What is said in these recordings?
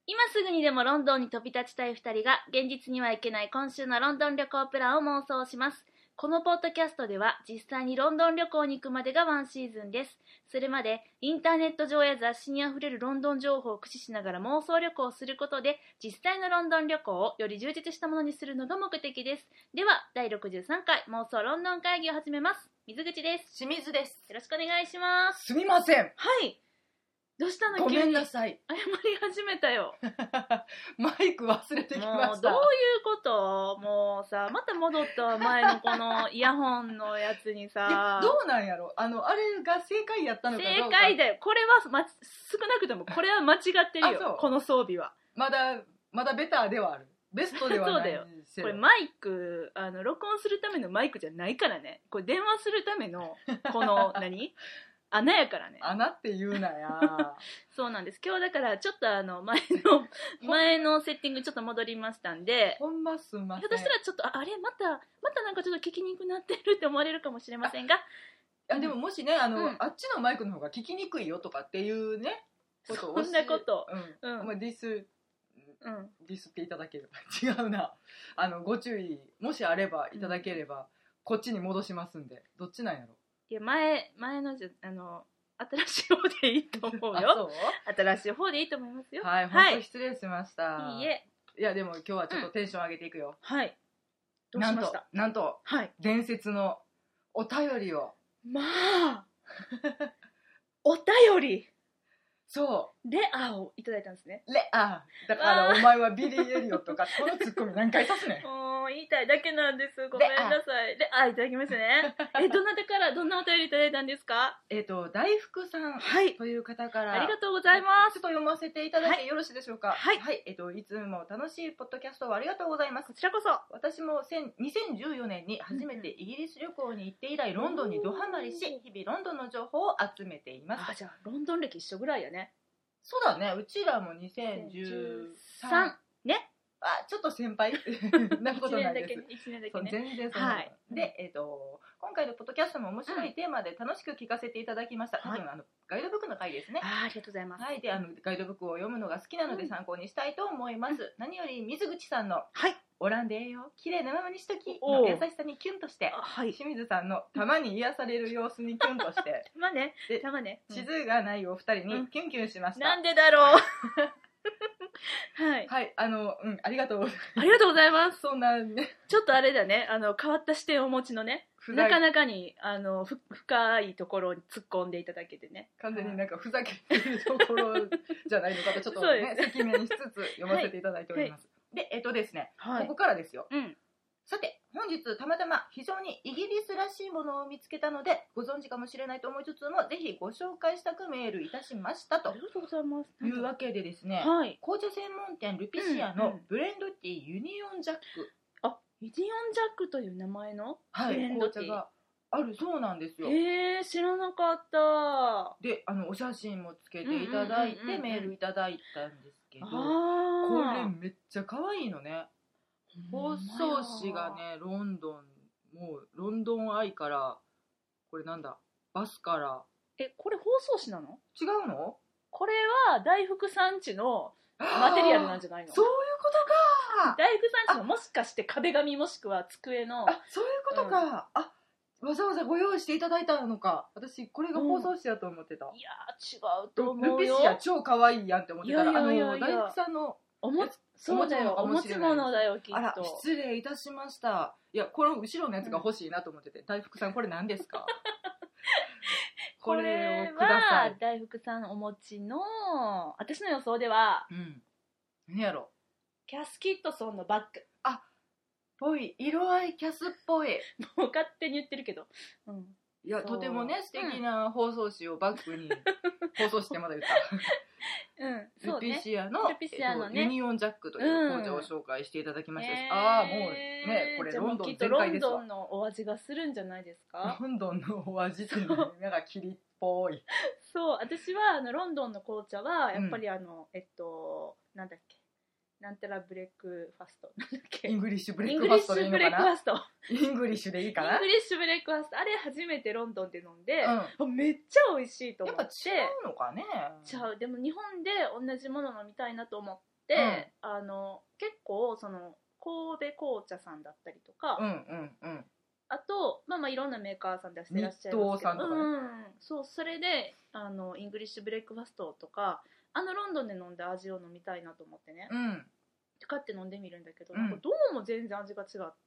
今すぐにでもロンドンに飛び立ちたい2人が現実には行けない今週のロンドン旅行プランを妄想します。このポッドキャストでは実際にロンドン旅行に行くまでがワンシーズンです。それまでインターネット上や雑誌にあふれるロンドン情報を駆使しながら妄想旅行をすることで実際のロンドン旅行をより充実したものにするのが目的です。では第63回妄想ロンドン会議を始めます。水口です。 清水です。 よろしくお願いします。 すみません。 はい。どうしたの？ ごめんなさい。 謝り始めたよ。 マイク忘れてきました。 もうどういうこと？もうさ、また戻ったわ。前のこのイヤホンのやつにさ。 どうなんやろ。あれが正解やったのかどうか。 正解だよ。これは、少なくともこれは間違ってるよ。この装備は。 まだベターではある。ベストではない。 そうだよ。これマイク、録音するためのマイクじゃないからね。これ電話するためのこの何穴やからね。 穴って言うなや。 そうなんです。今日だからちょっと前のセッティングちょっと戻りましたんで、 ほんますんません。 ひょっとしたらちょっとあれまたなんかちょっと聞きにくくなってるって思われるかもしれませんが、 でももしねあっちのマイクの方が聞きにくいよとかっていうねことをそんなこと、 まあ、ディスっていただければ違うなご注意もしあればいただければ、こっちに戻しますんで。どっちなんやろ。 いや前の新しい方でいいと思うよ。新しい方でいいと思いますよ。 はい、本当失礼しました。 いいえ。 いやでも今日はちょっとテンション上げていくよ。 はい。どうしました？ なんと、はい、伝説のお便りを。 まあお便り。そうレアをいただいたんですね。 レアだからお前はビリー・エリオットか。このツッコミ何回刺すねん。 もう言いたいだけなんです。ごめんなさい。レアいただきましたね。どなたからどんなお便りいただいたんですか？ 大福さんという方から、 ありがとうございます。 ちょっと読ませていただいてよろしいでしょうか？ はい、 いつも楽しいポッドキャストをありがとうございます。 こちらこそ。 私も2014年に初めてイギリス旅行に行って以来、ロンドンにドハマりし、日々ロンドンの情報を集めています。 じゃあロンドン歴一緒ぐらいやね。 そうだね、うちらも2013 ね。 ちょっと先輩なことないです。 1年だけね。 全然そんなこと。で、今回のポッドキャストも面白いテーマで楽しく聞かせていただきました。多分ガイドブックの回ですね。 ありがとうございます。 はい、でガイドブックを読むのが好きなので参考にしたいと思います。何より水口さんのオランでええよ、綺麗なままにしときの優しさにキュンとして、清水さんのたまに癒される様子にキュンとしてたまね地図がないお二人にキュンキュンしました。 なんでだろう。 はい、ありがとうございます。 ありがとうございます。 そんなね、 ちょっとあれだね、変わった視点をお持ちのね、なかなかに深いところに突っ込んでいただけてね、 完全になんかふざけてるところじゃないのかとちょっとね赤面しつつ読ませていただいております。でですね、ここからですよ。さて本日たまたま非常にイギリスらしいものを見つけたので、ご存知かもしれないと思いつつもぜひご紹介したくメールいたしましたと。 ありがとうございます。 いうわけでですね、紅茶専門店ルピシアのブレンドティーユニオンジャック、 ユニオンジャックという名前のブレンドティー、 紅茶があるそうなんですよ。 知らなかった。 でお写真もつけていただいてメールいただいたんですけど、これめっちゃ可愛いのね。包装紙がね、ロンドンアイから、これなんだ、バスから。 これ包装紙なの？ 違うの？ これは大福さんちのマテリアルなんじゃないの？ そういうことか。 大福さんちのもしかして壁紙もしくは机の。 そういうことか。わざわざご用意していただいたのか。私これが包装紙だと思ってた。 いや違うと思うよ。 ルピシア超可愛いやんって思ってたら、大福さんのそうだよ、お持ち物だよきっと。 あら、失礼いたしました。いや、この後ろのやつが欲しいなと思ってて、大福さんこれ何ですか？ これは大福さんお持ちの、私の予想では、 何やろ、 キャスキットソンのバッグ。 ぽい、色合いキャスっぽい。 もう勝手に言ってるけど、 いや、とてもね素敵な包装紙をバッグに、包装紙ってまだ言ったルピシアのユニオンジャックという紅茶を紹介していただきましたし、もうね、これロンドン全開ですわ。 ロンドンのお味がするんじゃないですか？ ロンドンのお味ってなんか霧っぽい。 そう、私はロンドンの紅茶はやっぱりなんだっけ、なんたらブレックファスト、なんだっけ、 イングリッシュブレックファストでいいのかな。イングリッシュでいいかな。 イングリッシュブレックファスト、あれ初めてロンドンで飲んで、めっちゃ美味しいと思って。 やっぱ違うのかね。 でも日本で同じもの飲みたいなと思って、結構その神戸紅茶さんだったりとか、あと、いろんなメーカーさん出してらっしゃいますけど、 日東さんとかね、 そう、それでイングリッシュブレックファストとかロンドンで飲んだ味を飲みたいなと思ってね、買って飲んでみるんだけど、なんかどうも全然味が違って、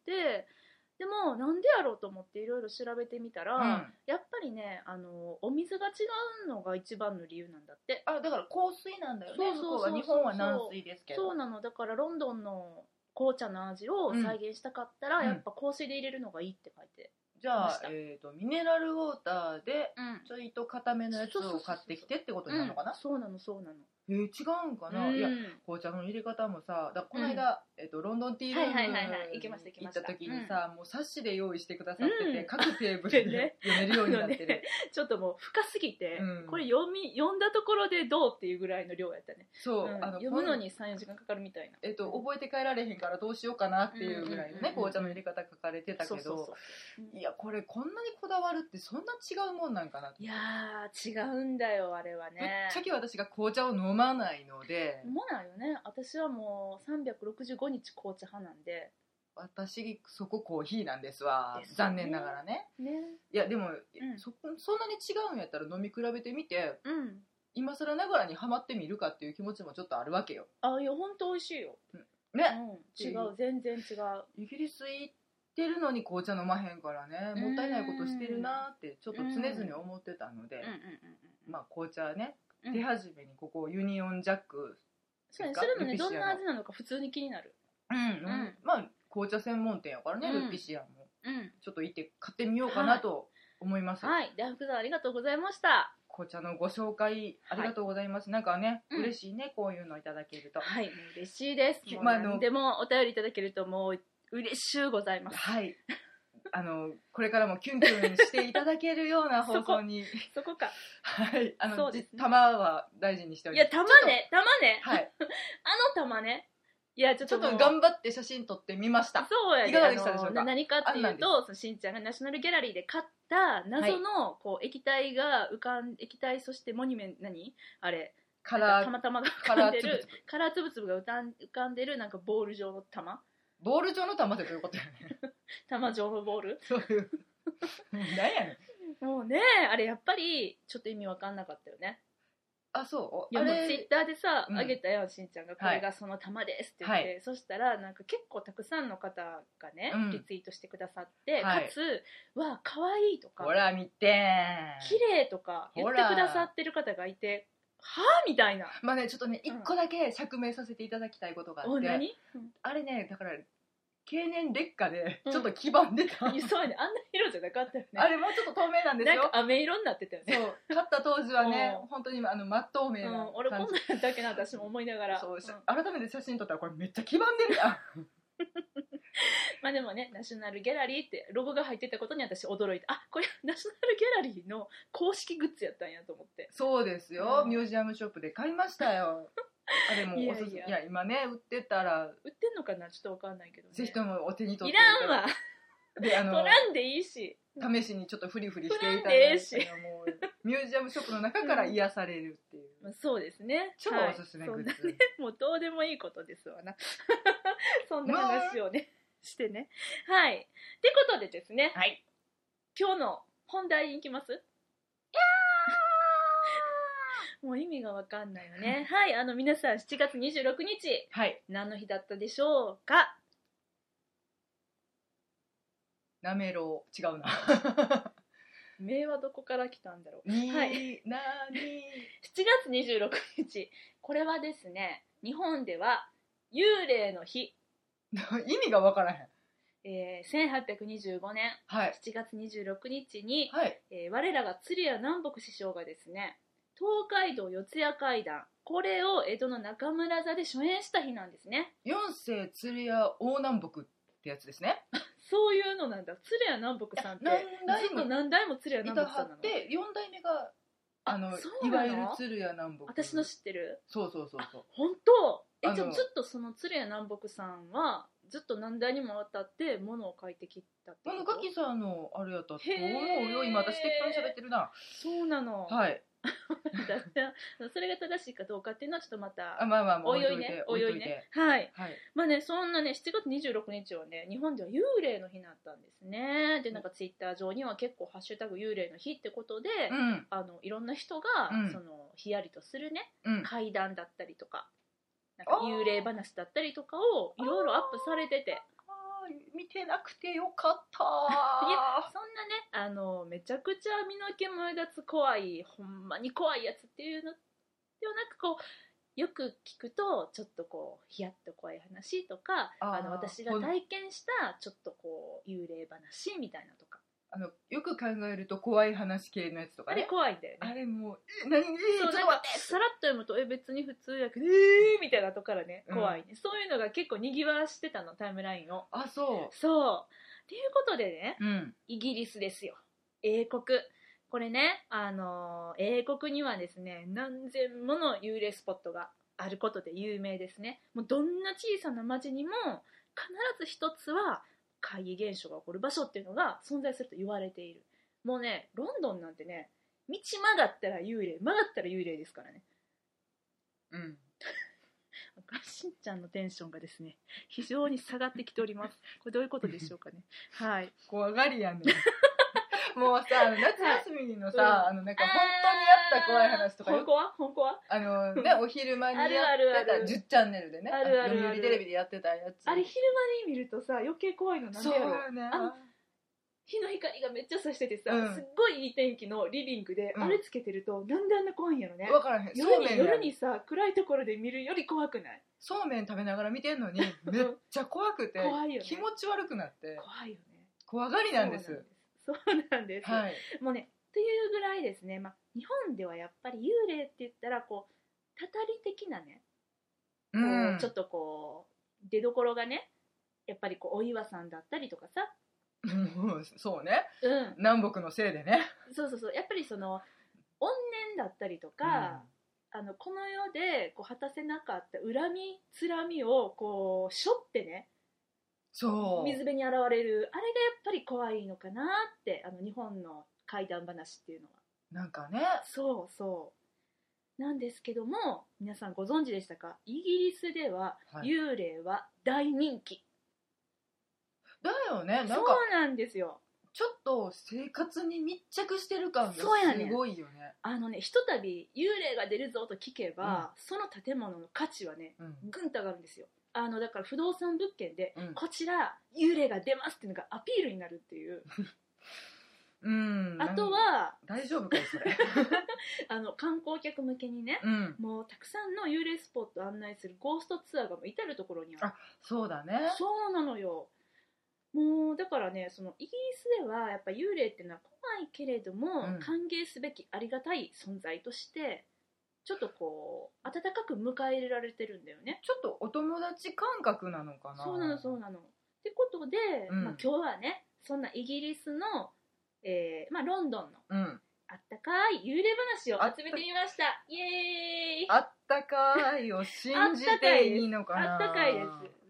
でもなんでやろうと思っていろいろ調べてみたら、やっぱりねお水が違うのが一番の理由なんだって。 だから香水なんだよね。日本は軟水ですけど。 そうなの。だからロンドンの紅茶の味を再現したかったら、やっぱ香水で入れるのがいいって書いてじゃあ、ミネラルウォーターでちょいと固めのやつを買ってきてってことになるのかな。 そうなの。 違うんかな、いや紅茶の入れ方もさ、だこの間、ロンドンティールーム行った時にさ、もう冊子で用意してくださってて、各テーブルで読めるようになってる、 ちょっともう深すぎて、これ読んだところでどうっていうぐらいの量やったね。 そう、 読むのに 3,4 時間かかるみたいな、 覚えて帰られへんからどうしようかなっていうぐらいのね、紅茶の入れ方書かれてたけど、いやこれこんなにこだわるってそんな違うもんなんかなって。 いやー違うんだよあれはね。 ぶっちゃけ私が紅茶を飲まないので。 飲まないよね。私はもう365日紅茶派なんで。 私そこコーヒーなんですわ、ね、残念ながらね。いやでも、そんなに違うんやったら飲み比べてみて、今更ながらにハマってみるかっていう気持ちもちょっとあるわけよ。 いや本当美味しいよ、 ね、 違う、全然違う。 イギリス行ってるのに紅茶飲まへんからね、もったいないことしてるなってちょっと常々思ってたので、紅茶ね、手始めにここユニオンジャック、 それもね、どんな味なのか普通に気になる。 紅茶専門店やからね、ルピシアンも、ちょっと行って買ってみようかなと思います。 はい、では福さんありがとうございました。 紅茶のご紹介ありがとうございます。なんかね、嬉しいね、こういうのいただけると。 はい、もう嬉しいです。何でもお便りいただけるともう嬉しゅうございます。 はい。これからもキュンキュンしていただけるような放送にそこか。 はい、そうですね。玉は大事にしております。 いや、玉ね。はい。玉ね。いや、ちょっと頑張って写真撮ってみました。 そうやね。 いかがでしたでしょうか。 何かっていうと、しんちゃんがナショナルギャラリーで買った謎のこう液体が液体、そしてモニュメント、あれ、たまたまが浮かんでる、カラーつぶつぶが浮かんでるなんかボール状の玉。 ボール状の玉ってどういうことやね。 玉状のボール。 そういう。何やねん。もうね、あれやっぱりちょっと意味わかんなかったよね。 そう。 いやもうツイッターでさ、あげたよ、しんちゃんがこれがその玉ですって言って、そしたらなんか結構たくさんの方がね、リツイートしてくださって、かつ、わ、可愛いとか、 ほら見て綺麗とか言ってくださってる方がいて、はぁみたいな。 まあね、ちょっとね、一個だけ釈明させていただきたいことがあって、あれね、だから経年劣化でちょっと黄ばんでた、 そうね、あんな色じゃなかったよね。 あれもうちょっと透明なんですよ。 なんか飴色になってたよね。 そう、買った当時はね、本当に真っ透明な感じ。 俺こんなんだけな、私も思いながら。 そう、改めて写真撮ったらこれめっちゃ黄ばんでるやん。 まあでもね、ナショナルギャラリーってロゴが入ってたことに私驚いて、これナショナルギャラリーの公式グッズやったんやと思って。 そうですよ、ミュージアムショップで買いましたよ。あれもおすすめ。いや今ね売ってたら、 売ってんのかな、ちょっとわかんないけどね。 ぜひともお手に取っていらんわ。 で取らんでいいし、 試しにちょっとフリフリしていただいて、もうミュージアムショップの中から癒されるっていう、 そうですね、 超おすすめグッズ、 もうどうでもいいことですわな。そんな話をね、してね。はい。ってことでですね、今日の本題に行きます。もう意味がわかんないよね。はい、皆さん7月26日、何の日だったでしょうか。 なめろう、違うな。 名はどこから来たんだろう。 7 月26日、これはですね、日本では幽霊の日。 意味がわからへん。 1825年、7月26日に、我らが鶴屋南北師匠がですね、東海道四谷怪談、これを江戸の中村座で初演した日なんですね。 四世鶴屋大南北ってやつですね。 そういうのなんだ。鶴屋南北さんってずっと何代も鶴屋南北さんなの。 で4代目がいわゆる鶴屋南北。 私の知ってる。 そう本当。じゃあずっとその鶴屋南北さんはずっと何代にもわたって物を書いてきたってこと。 ガキさんのあれやったと思うよ。今私適当に喋ってるな。 そうなの。 はい。 それが正しいかどうかっていうのはちょっとまたおいおいね、おいおいね。はい。まあね、そんなね、7月26日はね、日本では幽霊の日になったんですね。で、なんかツイッター上には結構ハッシュタグ幽霊の日ってことで、いろんな人が、そのヒヤリとするね、怪談だったりとか、なんか幽霊話だったりとかをいろいろアップされてて。 見てなくてよかったいや、そんなね、めちゃくちゃ身の毛もよだつ怖い、ほんまに怖いやつっていうのではなく、こうよく聞くとちょっとこうヒヤッと怖い話とか、私が体験したちょっとこう幽霊話みたいなとか、 よく考えると怖い話系のやつとかね。 あれ怖いんだよね。 あれもう何ちょっと待って、 さらっと読むと別に普通やけどみたいなとこからね怖いね、そういうのが結構にぎわしてたの、タイムラインを。そうっていうことでね、イギリスですよ、英国。これね、英国にはですね、何千もの幽霊スポットがあることで有名ですね。もうどんな小さな町にも必ず一つは怪異現象が起こる場所っていうのが存在すると言われている。もうね、ロンドンなんてね、道曲がったら幽霊、曲がったら幽霊ですからね。しんちゃんのテンションがですね、非常に下がってきております。これどういうことでしょうかね。はい。 怖がりやねん。もうさ、夏休みのさ、なんか本当にあった怖い話とかよ。 本当はね、お昼間にやってた10チャンネルでね、読売テレビでやってたやつ。 あれ昼間に見るとさ、余計怖いのなんでやろ。そうよね。日の光がめっちゃ差しててさ、すっごいいい天気のリビングで、あれつけてるとなんであんな怖いんやろね。 分からへん。 夜にさ、暗いところで見るより怖くない？ そうめん食べながら見てんのにめっちゃ怖くて怖いよね、 気持ち悪くなって。 怖いよね。 怖がりなんです。 そうなんです、はい、もうね、というぐらいですね、日本ではやっぱり幽霊って言ったらこうたたり的なね、ちょっとこう出どころがね、やっぱりこうお岩さんだったりとかさそうね、南北のせいでね、 そうやっぱりその怨念だったりとか、この世でこう果たせなかった恨みつらみをこう背負ってね、そう水辺に現れるあれがやっぱり怖いのかなって、日本の怪談話っていうのはなんかね、 そうなんですけども、皆さんご存知でしたか？イギリスでは幽霊は大人気、 だよね。なんかそうなんですよ。 ちょっと生活に密着してる感がすごいよね。 ひとたび幽霊が出るぞと聞けば、その建物の価値はね、ぐんと上がるんですよ。だから不動産物件で、こちら幽霊が出ますっていうのがアピールになるっていうあとは大丈夫かよそれ観光客向けにね、もうたくさんの幽霊スポットを案内するゴーストツアーがもう至る所にある。 そうだね。 そうなのよ。もうだからね、そのイギリスではやっぱ幽霊っていうのは怖いけれども、歓迎すべきありがたい存在としてちょっとこう温かく迎え入れられてるんだよね。 ちょっとお友達感覚なのかな。 そうなのってことで、今日はね、そんなイギリスの、ロンドンの、あったかい幽霊話を集めてみました。イエーイ。 あったかいを信じていいのかな。 あったかいです。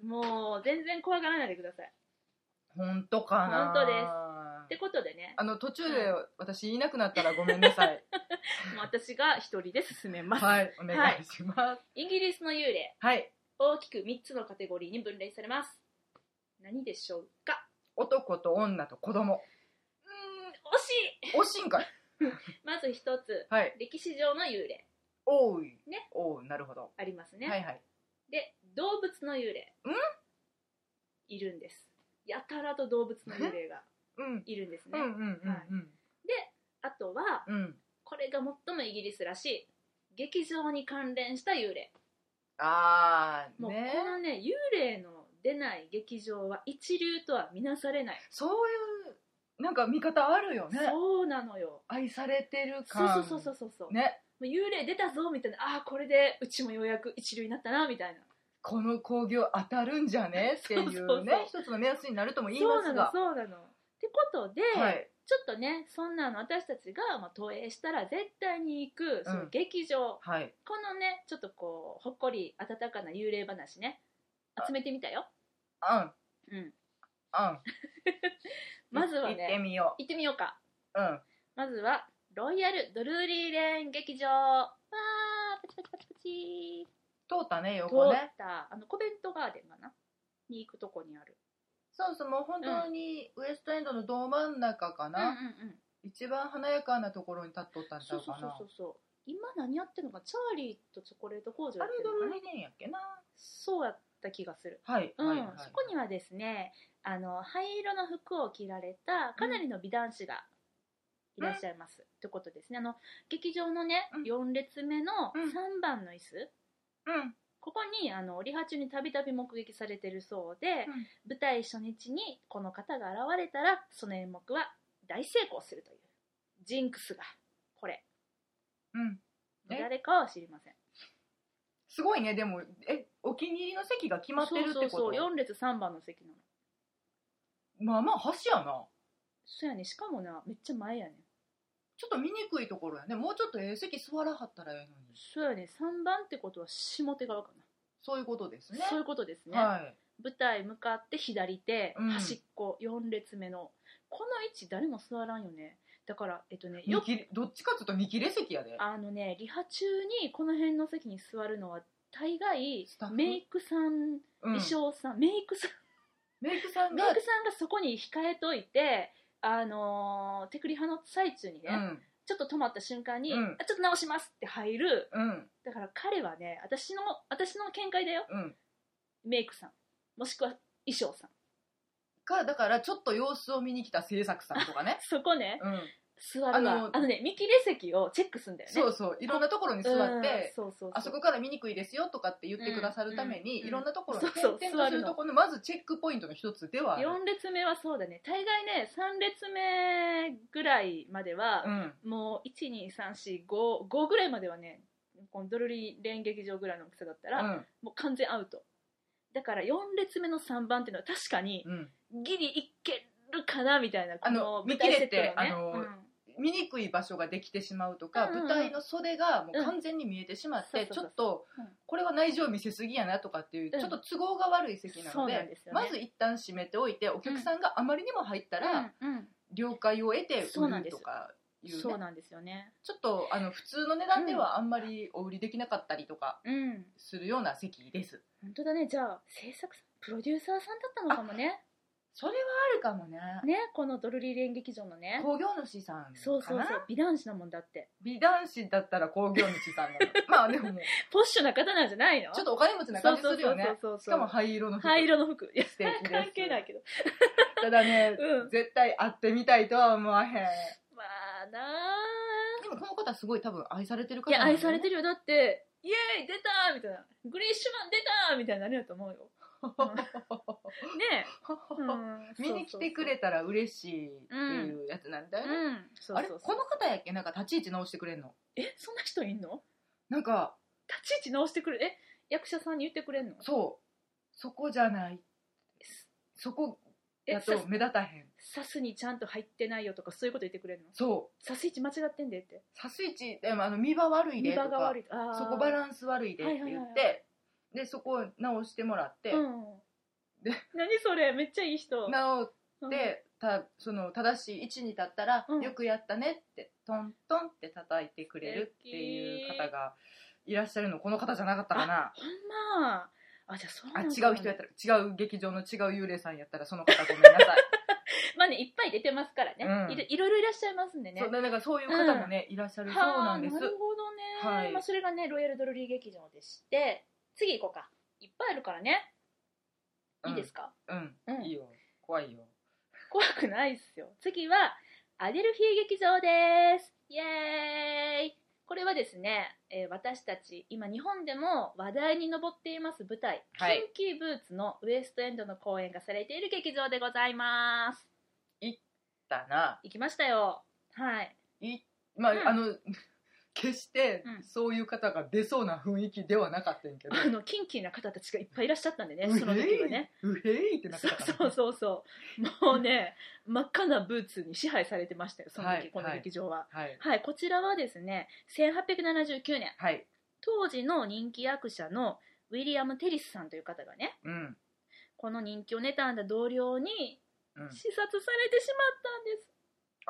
もう全然怖がらないでください。 本当かな。 本当です。ってことでね、 途中で私いなくなったらごめんなさい。 もう私が一人で進めます。 はい、お願いします。 イギリスの幽霊、大きく3つのカテゴリーに分類されます。何でしょうか？ 男と女と子供。 惜しいんかい。 まず一つ、歴史上の幽霊。ね。 なるほど。 ありますね。で、動物の幽霊。いるんです。やたらと動物の幽霊がいるんですね。で、あとは、これが最もイギリスらしい劇場に関連した幽霊。もうこのね、幽霊の出ない劇場は一流とは見なされない。 そういうなんか見方あるよね。 そうなのよ。 愛されてる感。 そうね。幽霊出たぞみたいな、これでうちもようやく一流になったなみたいな。 この興行当たるんじゃねっていうね、一つの目安になるとも言いますが。 そうなの。ってことで、ちょっとね、そんなの私たちが投影したら絶対に行くその劇場、このね、ちょっとこうほっこり温かな幽霊話ね、集めてみたよ。まずはね、行ってみようか。まずはロイヤルドルーリーレーン劇場。わー、パチパチパチパチ。 通ったね、横ね。 通った。コベントガーデンかなに行くとこにある。 そうそう、もう本当にウエストエンドのど真ん中かな。一番華やかなところに立っとったんちゃうかな。 そう。今何やってるのか、チャーリーとチョコレート工場やあれってるのかな。 ドルーリーレーンやっけな。 そうやった気がする。 はい。 そこにはですね、灰色の服を着られたかなりの美男子がいらっしゃいます。ってことですね。劇場のね、4列目の3番の椅子。ここにリハ中にたびたび目撃されてるそうで、舞台初日にこの方が現れたらその演目は大成功するというジンクスがこれ、誰かは知りません。 すごいね。でもお気に入りの席が決まってるってこと？ そう4列3番の席なの。 まあまあ端やな。 そうやね。しかもな、めっちゃ前やね。 ちょっと見にくいところやね。もうちょっと席座らはったらええのに。 そうやね。3番ってことは下手側かな。 そういうことですね。 そういうことですね。 はい。 舞台向かって左手、端っこ4列目のこの位置誰も座らんよね。だからよどっちかっていうと見切れ席やで。 リハ中にこの辺の席に座るのは大概メイクさん、衣装さん、メイクさんがそこに控えといて、テクリハの最中にね、ちょっと止まった瞬間に、ちょっと直しますって入る。だから彼はね、私の見解だよ。メイクさん、もしくは衣装さんか、だからちょっと様子を見に来た制作さんとかね。 そこね。座るわ。見切れ席をチェックするんだよね。 そうそう、いろんなところに座って、あそこから見にくいですよとかって言ってくださるために、いろんなところに転々とするところのまずチェックポイントの一つではある。 4列目はそうだね。大概ね、3列目ぐらいまでは、もう1、2、3、4、5ぐらいまではね、このドルリーレーン劇場ぐらいの大きさだったら、もう完全アウト。だから4列目の3番っていうのは確かに、ギリいけるかなみたいな、 見切れて、見にくい場所ができてしまうとか、舞台の袖がもう完全に見えてしまって、ちょっとこれは内情見せすぎやなとかっていう、ちょっと都合が悪い席なので、まず一旦閉めておいて、お客さんがあまりにも入ったら了解を得て売るとかいうね。 そうなんですよね。 ちょっと普通の値段ではあんまりお売りできなかったりとかするような席です。 本当だね。じゃあ制作さん、プロデューサーさんだったのかもね。 それはあるかもね。 このドルリーレーン劇場のね、 興行主さんかな。 そう美男子なもんだって。 美男子だったら興行主さんなの。まあでもポッシュな方なんじゃないの。 ちょっとお金持ちな感じするよね。しかも灰色の服。いや、 素敵です。関係ないけど。 ただね、絶対会ってみたいとは思わへん。 まあなー。でもこの方はすごい多分愛されてる方なんだよね。いや、愛されてるよ。だってイエーイ出たーみたいな、グリッシュマン出たーみたいなのやと思うよ。ねえ、見に来てくれたら嬉しいっていうやつなんだよね。あれ、この方やっけ、なんか立ち位置直してくれんの？ そんな人いんの？ なんか立ち位置直してくれる？役者さんに言ってくれんの？ そう、そこじゃない、そこだと目立たへん、 サスにちゃんと入ってないよとかそういうこと言ってくれるの？ そう、 サス位置間違ってんでって。 サス位置でも見場悪いでとか、そこバランス悪いでって言って、でそこを直してもらって、で何それ、めっちゃいい人。 直ってその正しい位置に立ったら、よくやったねってトントンって叩いてくれるっていう方がいらっしゃるの。この方じゃなかったかな。 ほんま。じゃあそうなんだ、ね、 違う人やったら、違う劇場の違う幽霊さんやったらその方ごめんなさい。 まあね、いっぱい出てますからね、いろいろいらっしゃいますんでね。 そうだからそういう方もね、いらっしゃるそうなんです。 なるほどね、まあ、それがねロイヤルドルリー劇場でして、次行こうか。いっぱいあるからね。いいですか？ いいよ。怖いよ。 怖くないっすよ。次はアデルフィー劇場です。イエーイ。これはですね、私たち今日本でも話題に上っています舞台、キンキーブーツのウエストエンドの公演がされている劇場でございます。 行ったな。 行きましたよ。はい。 まあ、決してそういう方が出そうな雰囲気ではなかったんけど、 キンキーな方たちがいっぱいいらっしゃったんでね、その時はね。 うへいってなってたから、 ね、そうもうね、真っ赤なブーツに支配されてましたよ、その時、この劇場は。こちらはですね、1879年、当時の人気役者のウィリアム・テリスさんという方がね、この人気を妬んだ同僚に刺殺されてしまったんです。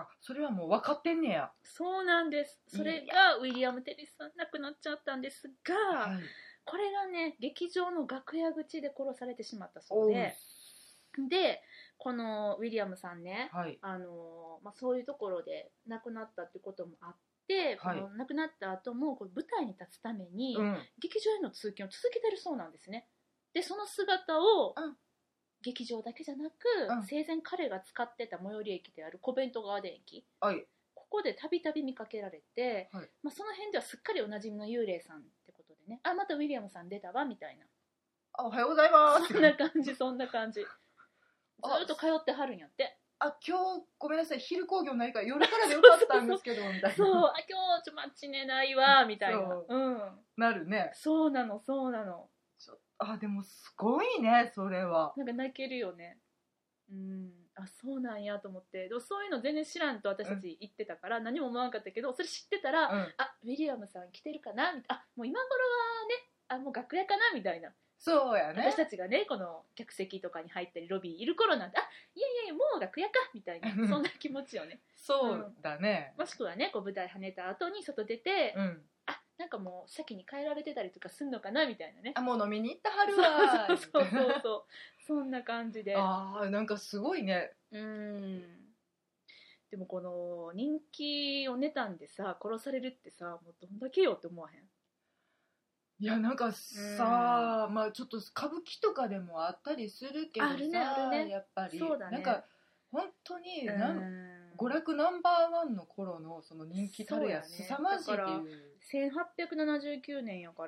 あ、それはもう分かってんねや。 そうなんです。それがウィリアム・テリスさん亡くなっちゃったんですが、はい、これがね劇場の楽屋口で殺されてしまったそうで、このウィリアムさんね、はい、そういうところで亡くなったってこともあって、はい、この亡くなった後もこの舞台に立つために、劇場への通勤を続けてるそうなんですね。でその姿を、劇場だけじゃなく、生前彼が使ってた最寄り駅であるコベントガーデン駅、はい、ここでたびたび見かけられて、はい、その辺ではすっかりおなじみの幽霊さんってことでね、あ、またウィリアムさん出たわみたいな、 あ、おはようございます、 そんな感じそんな感じ、ずっと通ってはるんやって。 あ、今日ごめんなさい、昼興行ないから夜からでよかったんですけどみたいな。 そう、あ、今日マッチ寝ないわみたいな、 なるね。 そうなのそうなの。 あ、でもすごいね、それは。 なんか泣けるよね。あ、そうなんやと思って。でもそういうの全然知らんと私たち言ってたから、何も思わなかったけど、それ知ってたら、あ、ウィリアムさん来てるかなみたいな、あ、もう今頃はね、あ、もう楽屋かなみたいな。 そうやね。 私たちがねこの客席とかに入ったりロビーいる頃なんて、あ、いやいやもう楽屋かみたいなそんな気持ちよね。 そうだね、 もしくはねこう舞台跳ねた後に外出て、あ、なんかもう先に帰られてたりとかすんのかなみたいなね。 あ、もう飲みに行ったはるわそうそんな感じで。 あ、なんかすごいね。 でもこの人気を妬んでさ殺されるってさ、もうどんだけよって思わへん？ いや、なんかさ、まあちょっと歌舞伎とかでもあったりするけどさ、やっぱりそうだね、なんか本当に娯楽ナンバーワンの頃のその人気たるや凄まじいっていう。だから 1879年やから、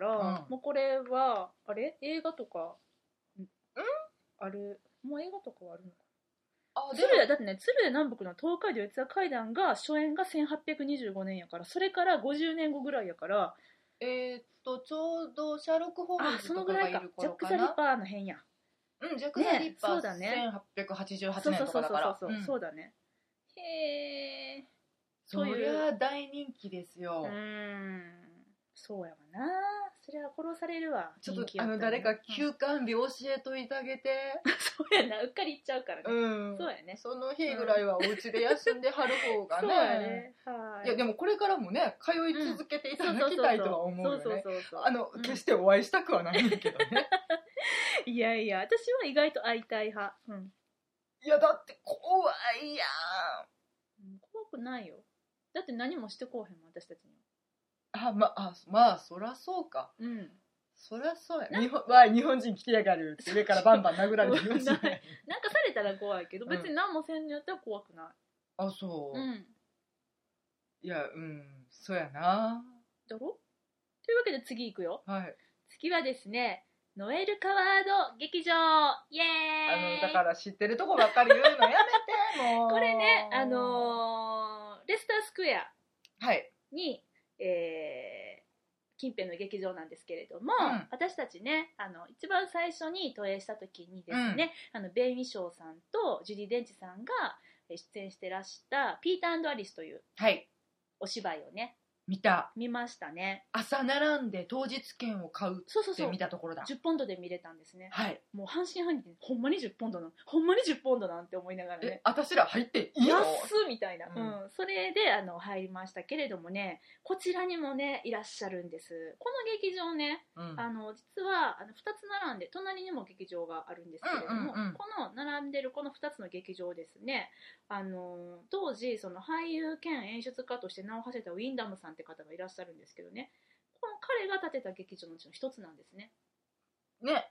もうこれはあれ映画とかある、もう映画とかはあるのか。鶴屋だってね、鶴屋南北の東海道四谷怪談が初演が1825年やから、それから50年後ぐらいやから、 ちょうどシャーロック・ホームズとかがいる頃かな。 ジャック・ザ・リッパーの辺や。 ジャック・ザ・リッパー、そうだね、1888年とかだから。 そうだね。へえ。 そりゃ大人気ですよ。 そうやわな。それは殺されるわ。 ちょっと誰か休館日教えといてあげて。 そうやな、うっかり行っちゃうからね。そうやね。 その日ぐらいはお家で休んではる方がね。そうやね。いやでもこれからもね通い続けていただきたいとは思うよね。決してお会いしたくはないんだけどね。 いやいや、私は意外と会いたい派。 いやだって怖いやん。怖くないよ。だって何もしてこうへんもん、私たちには。 まあそらそうか。そりゃそうや。日本人来てやがるって上からバンバン殴られてるしなんかされたら怖いけど、別に何もせんのやったら怖くない。 あ、そう。いや、そうやな。 だろ？というわけで次行くよ。 はい。 次はですね、ノエル・カワード劇場、イエーイ。 だから知ってるとこばっかり言うのやめてもう。 これね、レスタースクエアに、近辺の劇場なんですけれども、私たちね一番最初に投影した時にですね、ベイ・ミショーさんとジュディ・デンチさんが出演してらしたピーター&アリスというお芝居をね見ましたね。 朝並んで当日券を買うって見たところだ。 10ポンドで見れたんですね。 はい。もう半信半疑でほんまに10ポンドなんほんまに10ポンドなんて思いながらね、 私ら入っていいの安みたいな、それで入りましたけれどもね、こちらにもねいらっしゃるんです。この劇場ね、実は2つ並んで隣にも劇場があるんですけれども、この並んでるこの2つの劇場ですね、当時その俳優兼演出家として名を馳せたウィンダムさんって方がいらっしゃるんですけどね、この彼が建てた劇場のうちの一つなんですね。 ね。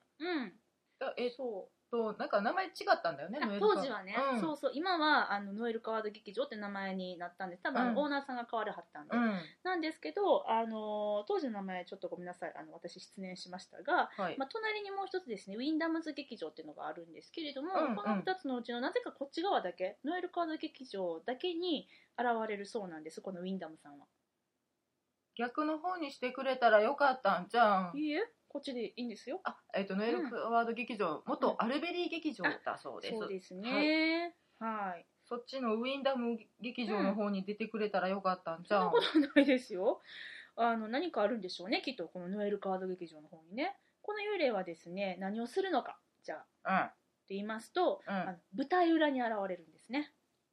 そうなんか名前違ったんだよね。 当時はね、今はノエル・カワード劇場って名前になったんです。多分オーナーさんが変わるはったんで、なんですけど当時の名前ちょっとごめんなさい、私失念しましたが、隣にもう一つですねウィンダムズ劇場っていうのがあるんですけれども、この2つのうちのなぜかこっち側だけノエル・カワード劇場だけに現れるそうなんです、このウィンダムさんは。 逆の方にしてくれたらよかったんじゃん。 いいえ、こっちでいいんですよ。 ノエル・カワード劇場、元アルベリー劇場だそうです。 そうですね。はい。 そっちのウィンダム劇場の方に出てくれたらよかったんじゃん。 そんなことないですよ。何かあるんでしょうね、きっとこのノエル・カワード劇場の方にね。この幽霊はですね、何をするのか、じゃあ、って言いますと、舞台裏に現れるんですね。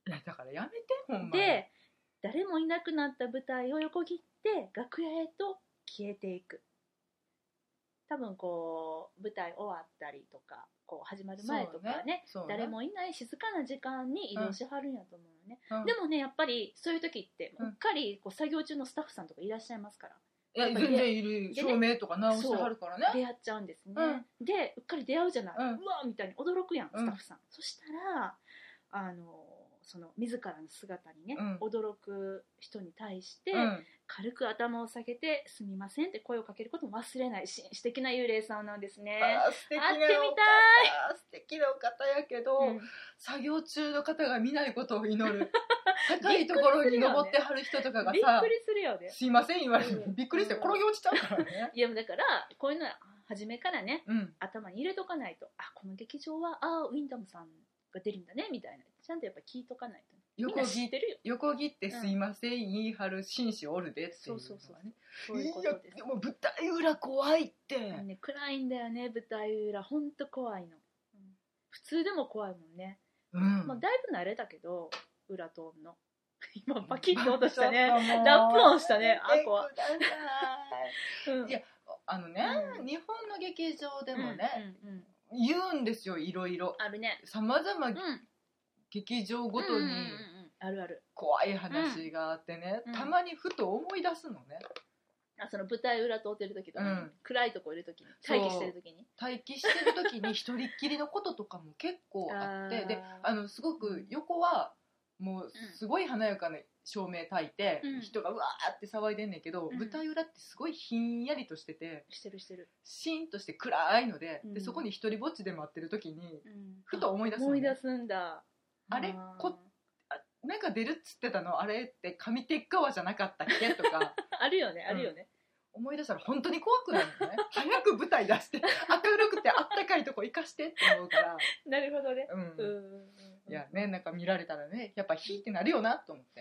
いやだからやめてほんまに。 で誰もいなくなった舞台を横切って楽屋へと消えていく。多分こう舞台終わったりとかこう始まる前とかね、誰もいない静かな時間に移動しはるんやと思うのね、でもねやっぱりそういう時ってうっかりこう作業中のスタッフさんとかいらっしゃいますから、 いや全然いる、照明とか直してはるからね、 出会っちゃうんですね、でうっかり出会うじゃない、うわみたいに驚くやんスタッフさん、そしたらその自らの姿にね、驚く人に対して、軽く頭を下げてすみませんって声をかけることも忘れないし、素敵な幽霊さんなんですね。 素敵なお方、素敵なお方やけど、作業中の方が見ないことを祈る高いところに登ってはる人とかがさ、 びっくりするよね。 すいません言われて、びっくりして転げ落ちちゃうからね。 いやだからこういうのは初めからね、頭に入れとかないと、あこの劇場はウィンダムさんが出るんだねみたいな、ちゃんとやっぱ聞いとかないと、ね、 横切ってすいません言い張る紳士おるでっていうのはね。 そういうことです。 でも舞台裏怖いって、 ね、暗いんだよね舞台裏、ほんと怖いの、普通でも怖いもんね、まあ、だいぶ慣れたけど裏通んの今パキッと音したねラップ音したね、怖いいや日本の劇場でもね、言うんですよ、いろいろあるね、 さまざま劇場ごとにあるある怖い話があってね、たまにふと思い出すのね、 その舞台裏通ってる時とか、暗いとこいる時に待機してる時に一人っきりのこととかも結構あってですごく横はもうすごい華やかな照明焚いて、人がうわーって騒いでんねんけど、舞台裏ってすごいひんやりとしてて、 してるシーンとして暗いので、そこに一人ぼっちで待ってる時に、ふと思い出すの、ね、 思い出すんだ。 あれなんか出るっつってたのあれって上手川じゃなかったっけとかあるよねあるよね、 思い出したら本当に怖くなるのね早く舞台出して明るくてあったかいとこ行かしてって思うからなるほどね、 いやね、なんか見られたらねやっぱヒーってなるよなと思って、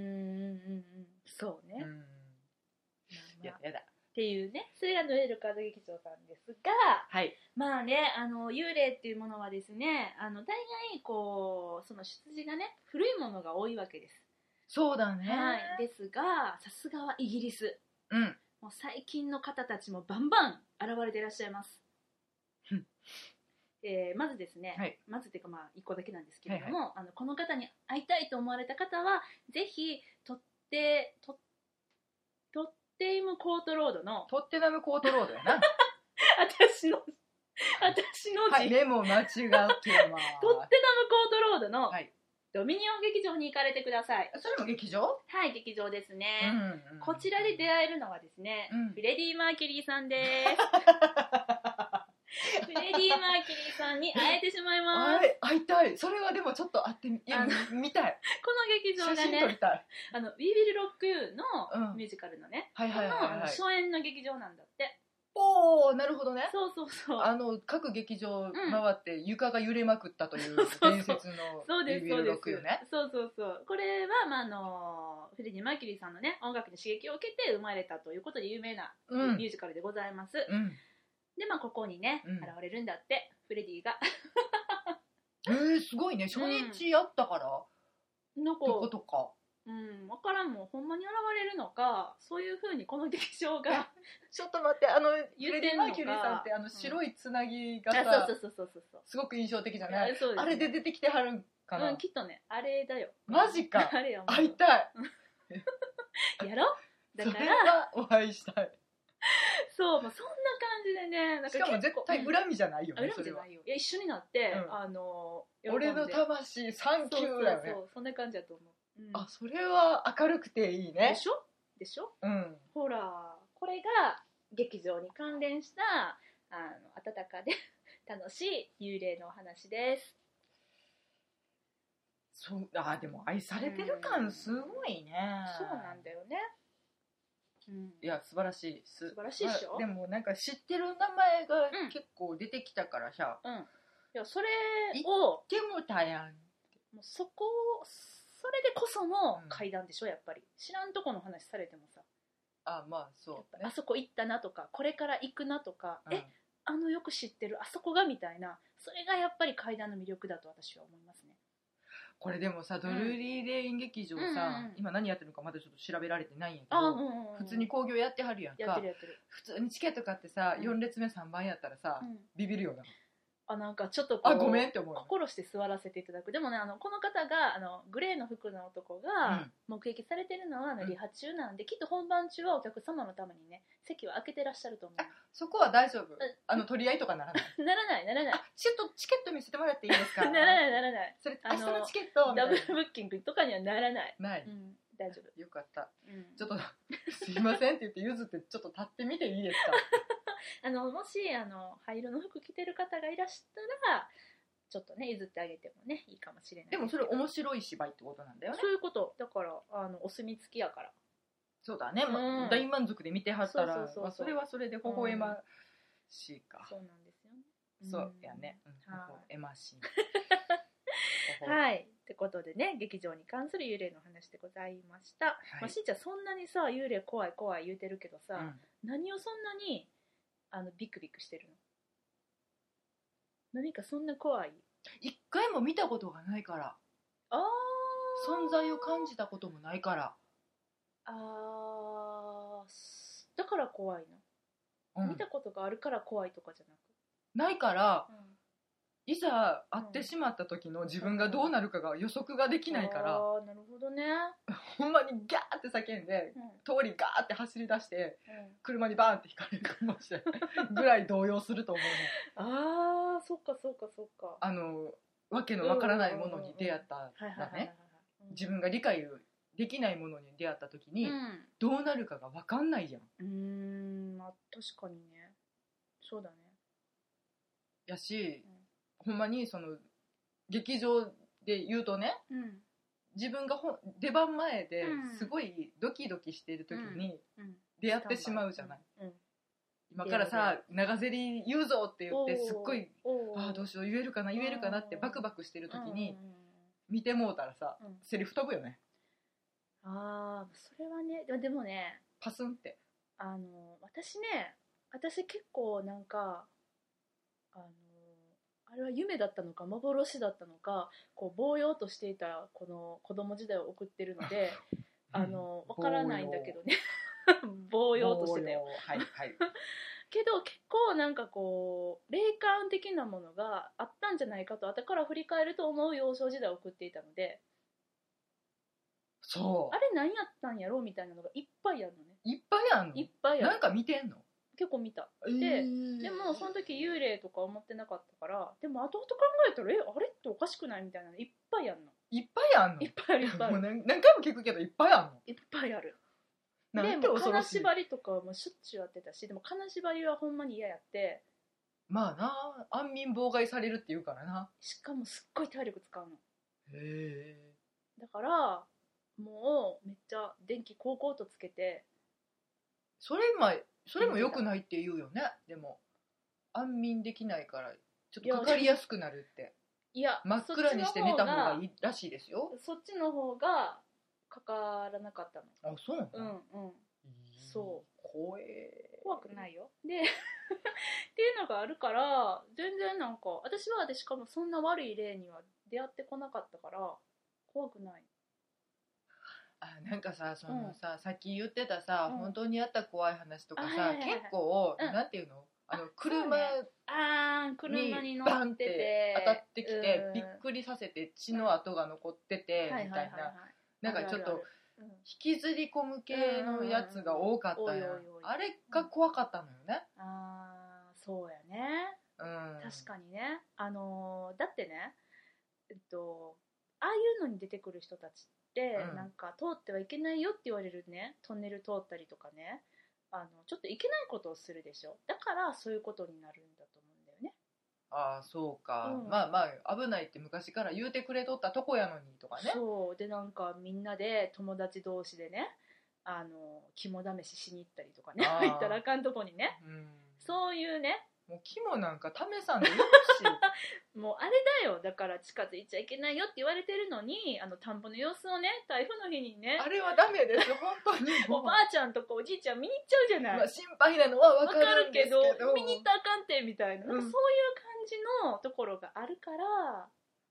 そうね、 やだっていうね、それがノエルカード劇場さんですが、まあね、幽霊っていうものはですね、大概こうその出自がね古いものが多いわけです。 そうだね、 ですがさすがはイギリス、もう最近の方たちもバンバン現れていらっしゃいます。まずですね、まずっていうかまあ1個だけなんですけれども、この方に会いたいと思われた方はぜひトッテムコートロードのトッテナムコートロードやな私の字、 メモ間違ってるわトッテナムコートロードのドミニオン劇場に行かれてください。 それも劇場？ はい、劇場ですね、こちらで出会えるのはですね、フレディ・マーキュリーさんですフレディ・マーキュリーさんに会えてしまいます。 会いたい。それはでもちょっと会って見たい。この劇場がね、 写真撮りたい。 We Will Rock You のミュージカルのね、初演の劇場なんだって。 おー、なるほどね。 そう各劇場回って床が揺れまくったという伝説のWe Will Rock Youね。 そうこれは、フレディ・マーキュリーさんのね音楽に刺激を受けて生まれたということで有名なミュージカルでございます。でここにね、現れるんだってフレディがすごいね、初日やったからどことか分からん、もうほんまに現れるのか、そういう風にこの劇場がちょっと待って、フレディ・マーキュリーさんって白いつなぎがさ、すごく印象的じゃない？あれで出てきてはるんかな、 きっとね、あれだよ。 マジか会いたいやろ、だからそれはお会いしたいそう、もうそんな感じでね、 しかも絶対恨みじゃないよね、 それは。いや、一緒になって、 俺の魂サンキューだよね。 そんな感じだと思う。 それは明るくていいね。 でしょ、ほら、これが劇場に関連した温かで楽しい幽霊のお話です。 でも愛されてる感すごいね。 そうなんだよね。 いや素晴らしい。 素晴らしいでしょ。 でもなんか知ってる名前が結構出てきたからさ、 いやそれを言ってもたやん。 もうそれでこその怪談でしょ、やっぱり。知らんとこの話されてもさ、 まあそうね、 あそこ行ったなとかこれから行くなとか、よく知ってるあそこがみたいな、それがやっぱり怪談の魅力だと私は思いますね。 これでもさ、ドルリーレ演劇場さ、 うんうんうん、 今何やってるのかまだちょっと調べられてないんやけど、普通に興行やってはるやんか。 やってる。 普通にチケット買ってさ、4列目3番やったらさ、ビビるよな。 なんかちょっとこう、 ごめんって思う。 心して座らせていただく。でもね、この方がグレーの服の男が目撃されてるのはリハ中なんで、きっと本番中はお客様のためにね、席は空けてらっしゃると思う。 そこは大丈夫。取り合いとかならない。 ならない。 チケット見せてもらっていいですか？ ならない。 それ明日のチケットダブルブッキングとかにはならない。 ない。 大丈夫。 よかった。ちょっとすいませんって言ってゆずってちょっと立ってみていいですか？ もし灰色の服着てる方がいらしたらちょっとね譲ってあげてもねいいかもしれない。 でもそれ面白い芝居ってことなんだよね。 そういうことだから、お墨付きやから。 そうだね、大満足で見てはったらそれはそれで微笑ましいか。 そうなんですよね。 そうやね、微笑ましい。 はい、ってことでね、劇場に関する幽霊の話でございました。しんちゃんそんなにさ幽霊怖い言うてるけどさ、何をそんなにビクビクしてるの？何かそんな怖い？ 一回も見たことがないから。存在を感じたこともないから。 だから怖いの？見たことがあるから怖いとかじゃなく？ ないから、いざ会ってしまった時の自分がどうなるかが予測ができないから。 なるほどね。 ほんまにギャーって叫んで、通りガーって走り出して、車にバーンってひかれるかもしれないぐらい動揺すると思うね。そっか。 わけのわからないものに出会ったらね、自分が理解できないものに出会った時に、どうなるかがわかんないじゃん。 まあ確かにね。そうだね。 やし、ほんまにその劇場で言うとね、自分が出番前ですごいドキドキしている時に出会ってしまうじゃない。今からさ長ゼリ言うぞって言ってすっごいどうしよう言えるかなってバクバクしてる時に見てもうたらさ、セリフ飛ぶよね。 それはね。でもね、 パスンって私結構なんかあれは夢だったのか幻だったのか、こうぼうようとしていたこの子供時代を送ってるのでわからないんだけどね。ぼうようとしてたよ。けど結構なんかこう霊感的なものがあったんじゃないかと後から振り返ると思う幼少時代を送っていたので、あれ何やったんやろみたいなのがいっぱいあるのね。 いっぱいあるの？いっぱいある。なんか見てんの？ 結構見た。でもその時幽霊とか思ってなかったから、でも後々考えたらあれっておかしくないみたいなのいっぱいあるの。 いっぱいあるの？いっぱいある。もう何回も聞くけどいっぱいあるの？いっぱいある。でも金縛りとかもしょっちゅうやってたし、でも金縛りはほんまに嫌やって。 まあな、安眠妨害されるって言うからな。 しかもすっごい体力使うの。 へー。だからもうめっちゃ電気コーコーとつけて。 それも良くないって言うよね。でも安眠できないからちょっとかかりやすくなるって。いや真っ暗にして寝た方がいいらしいですよ。 そっちの方がかからなかったの。 そうなの？ そう怖くないよ。でっていうのがあるから全然なんか私しかもそんな悪い例には出会ってこなかったから怖くない。 なんかささっき言ってたさ、本当にあった怖い話とかさ、結構なんていうの車にバンって当たってきてびっくりさせて血の跡が残っててみたいな、なんかちょっと引きずり込む系のやつが多かったよ。あれが怖かったのよね。 そうやね。確かにね。だってねああいうのに出てくる人たちってなんか通ってはいけないよって言われるねトンネル通ったりとかね、ちょっといけないことをするでしょ。だからそういうことになるんだと思うんだよね。 そうか、まあ危ないって昔から言うてくれとったとこやのにとかね。 そうでなんかみんなで友達同士でね肝試ししに行ったりとかね入ったらあかんとこにね、そういうね。 もう肝なんか試さんでよしもうあれだよ。だから近づいちゃいけないよって言われてるのに田んぼの様子をね台風の日にねあれはダメです本当におばあちゃんとかおじいちゃん見に行っちゃうじゃない、 心配なのは分かるんですけど見に行ったらあかんてみたいな、そういう感じのところがあるから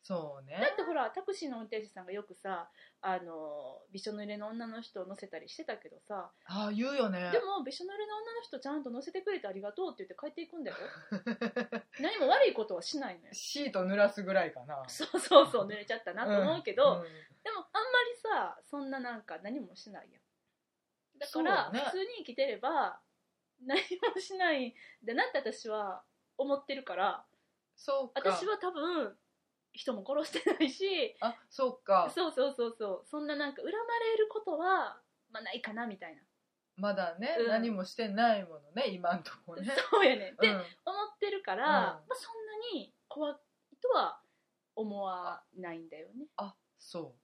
そうね。 だってほらタクシーの運転手さんがよくさびしょ濡れの女の人を乗せたりしてたけどさ、 ああ言うよね。 でもびしょ濡れの女の人ちゃんと乗せてくれてありがとうって言って帰っていくんだよ何も悪いことはしないのよ。 シート濡らすぐらいかな。 そうそうそう、濡れちゃったなと思うけど、 うんでもあんまりさそんななんか何もしないやん。だから、 ね、 普通に生きてれば何もしないんだなって私は思ってるから、 そうか、 私は多分人も殺してないし、 あ、そうか、 そうそんななんか恨まれることは、まあ、ないかなみたいな。 まだね、 うん、 何もしてないものね今んとこね。 そうやねって思ってるから、まあ、そんなに怖いとは思わないんだよね。 あ、そう。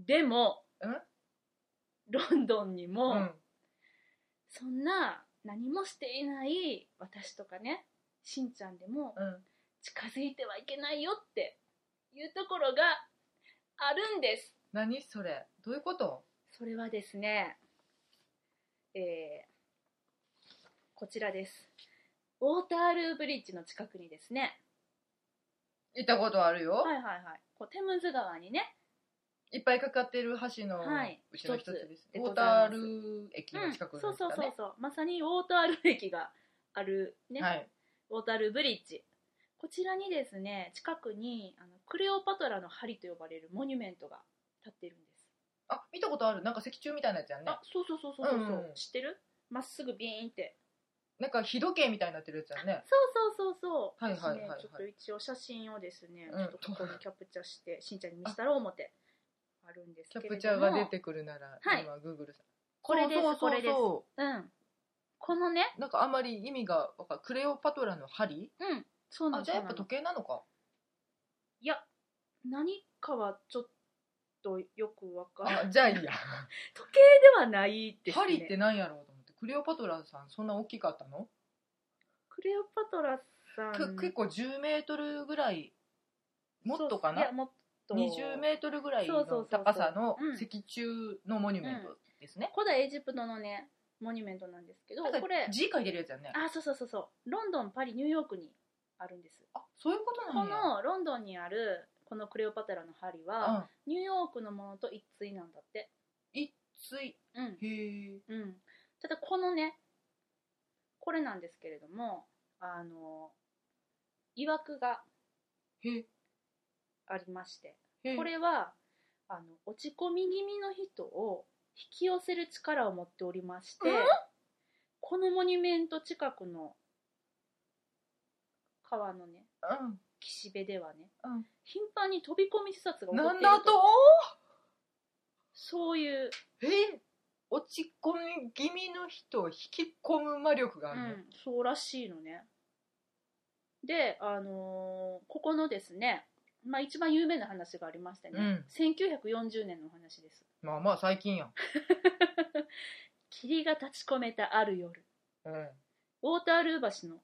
でもロンドンにも、そんな何もしていない私とかね、しんちゃんでも近づいてはいけないよっていうところがあるんです。 何それ、どういうこと？ それはですね、こちらです。ウォータールーブリッジの近くにですね、 行ったことあるよ。 はいはいはい、こうテムズ川にねいっぱいかかってる橋のうちの一つです。 ウォータール駅の近くに、 そうまさにウォータールー駅があるね、はい、ウォータールーブリッジ、こちらにですね、近くにクレオパトラの針と呼ばれるモニュメントが立ってるんです。 あ、見たことある。なんか石柱みたいなやつやんね。 あ、そう、知ってる？まっすぐビーンってなんか日時計みたいになってるやつやね。 そう、 はい、 ちょっと一応写真をですね、ちょっとここにキャプチャーしてしんちゃんに見せたろう思ってあるんですけれども、 キャプチャーが出てくるなら、はい、今グーグルさんこれです。このね、 なんかあんまり意味が分かる。クレオパトラの針？ そうなんです。 じゃあやっぱ時計なのか？ いや、何かはちょっとよく分からない。 じゃあいいや時計ではないですね。 針って何やろうと思って。クレオパトラさんそんな大きかったの？ クレオパトラさん結構10メートルぐらい、もっとかな、 いやもっと 20メートルぐらいの高さの石柱のモニュメントですね。 古代エジプトのねモニュメントなんですけど、これ字書いてるやつやね。 あ、そうロンドン、パリ、ニューヨークにあるんです。 あ、そういうことなんや。 このロンドンにあるこのクレオパトラの針は、ニューヨークのものと一対なんだって。 一対？へえ。 ただこのね、これなんですけれども、曰くがありまして、これは落ち込み気味の人を引き寄せる力を持っておりまして、このモニュメント近くの川のね、岸辺ではね、頻繁に飛び込み視察が起こっていると。なんだと？そういう落ち込み気味の人を引き込む魔力があるの？ そうらしいのね。で、ここのですね、まあ一番有名な話がありましてね、1940年のお話です。 まあ最近やん。 霧が立ち込めたある夜、ウォータールー橋の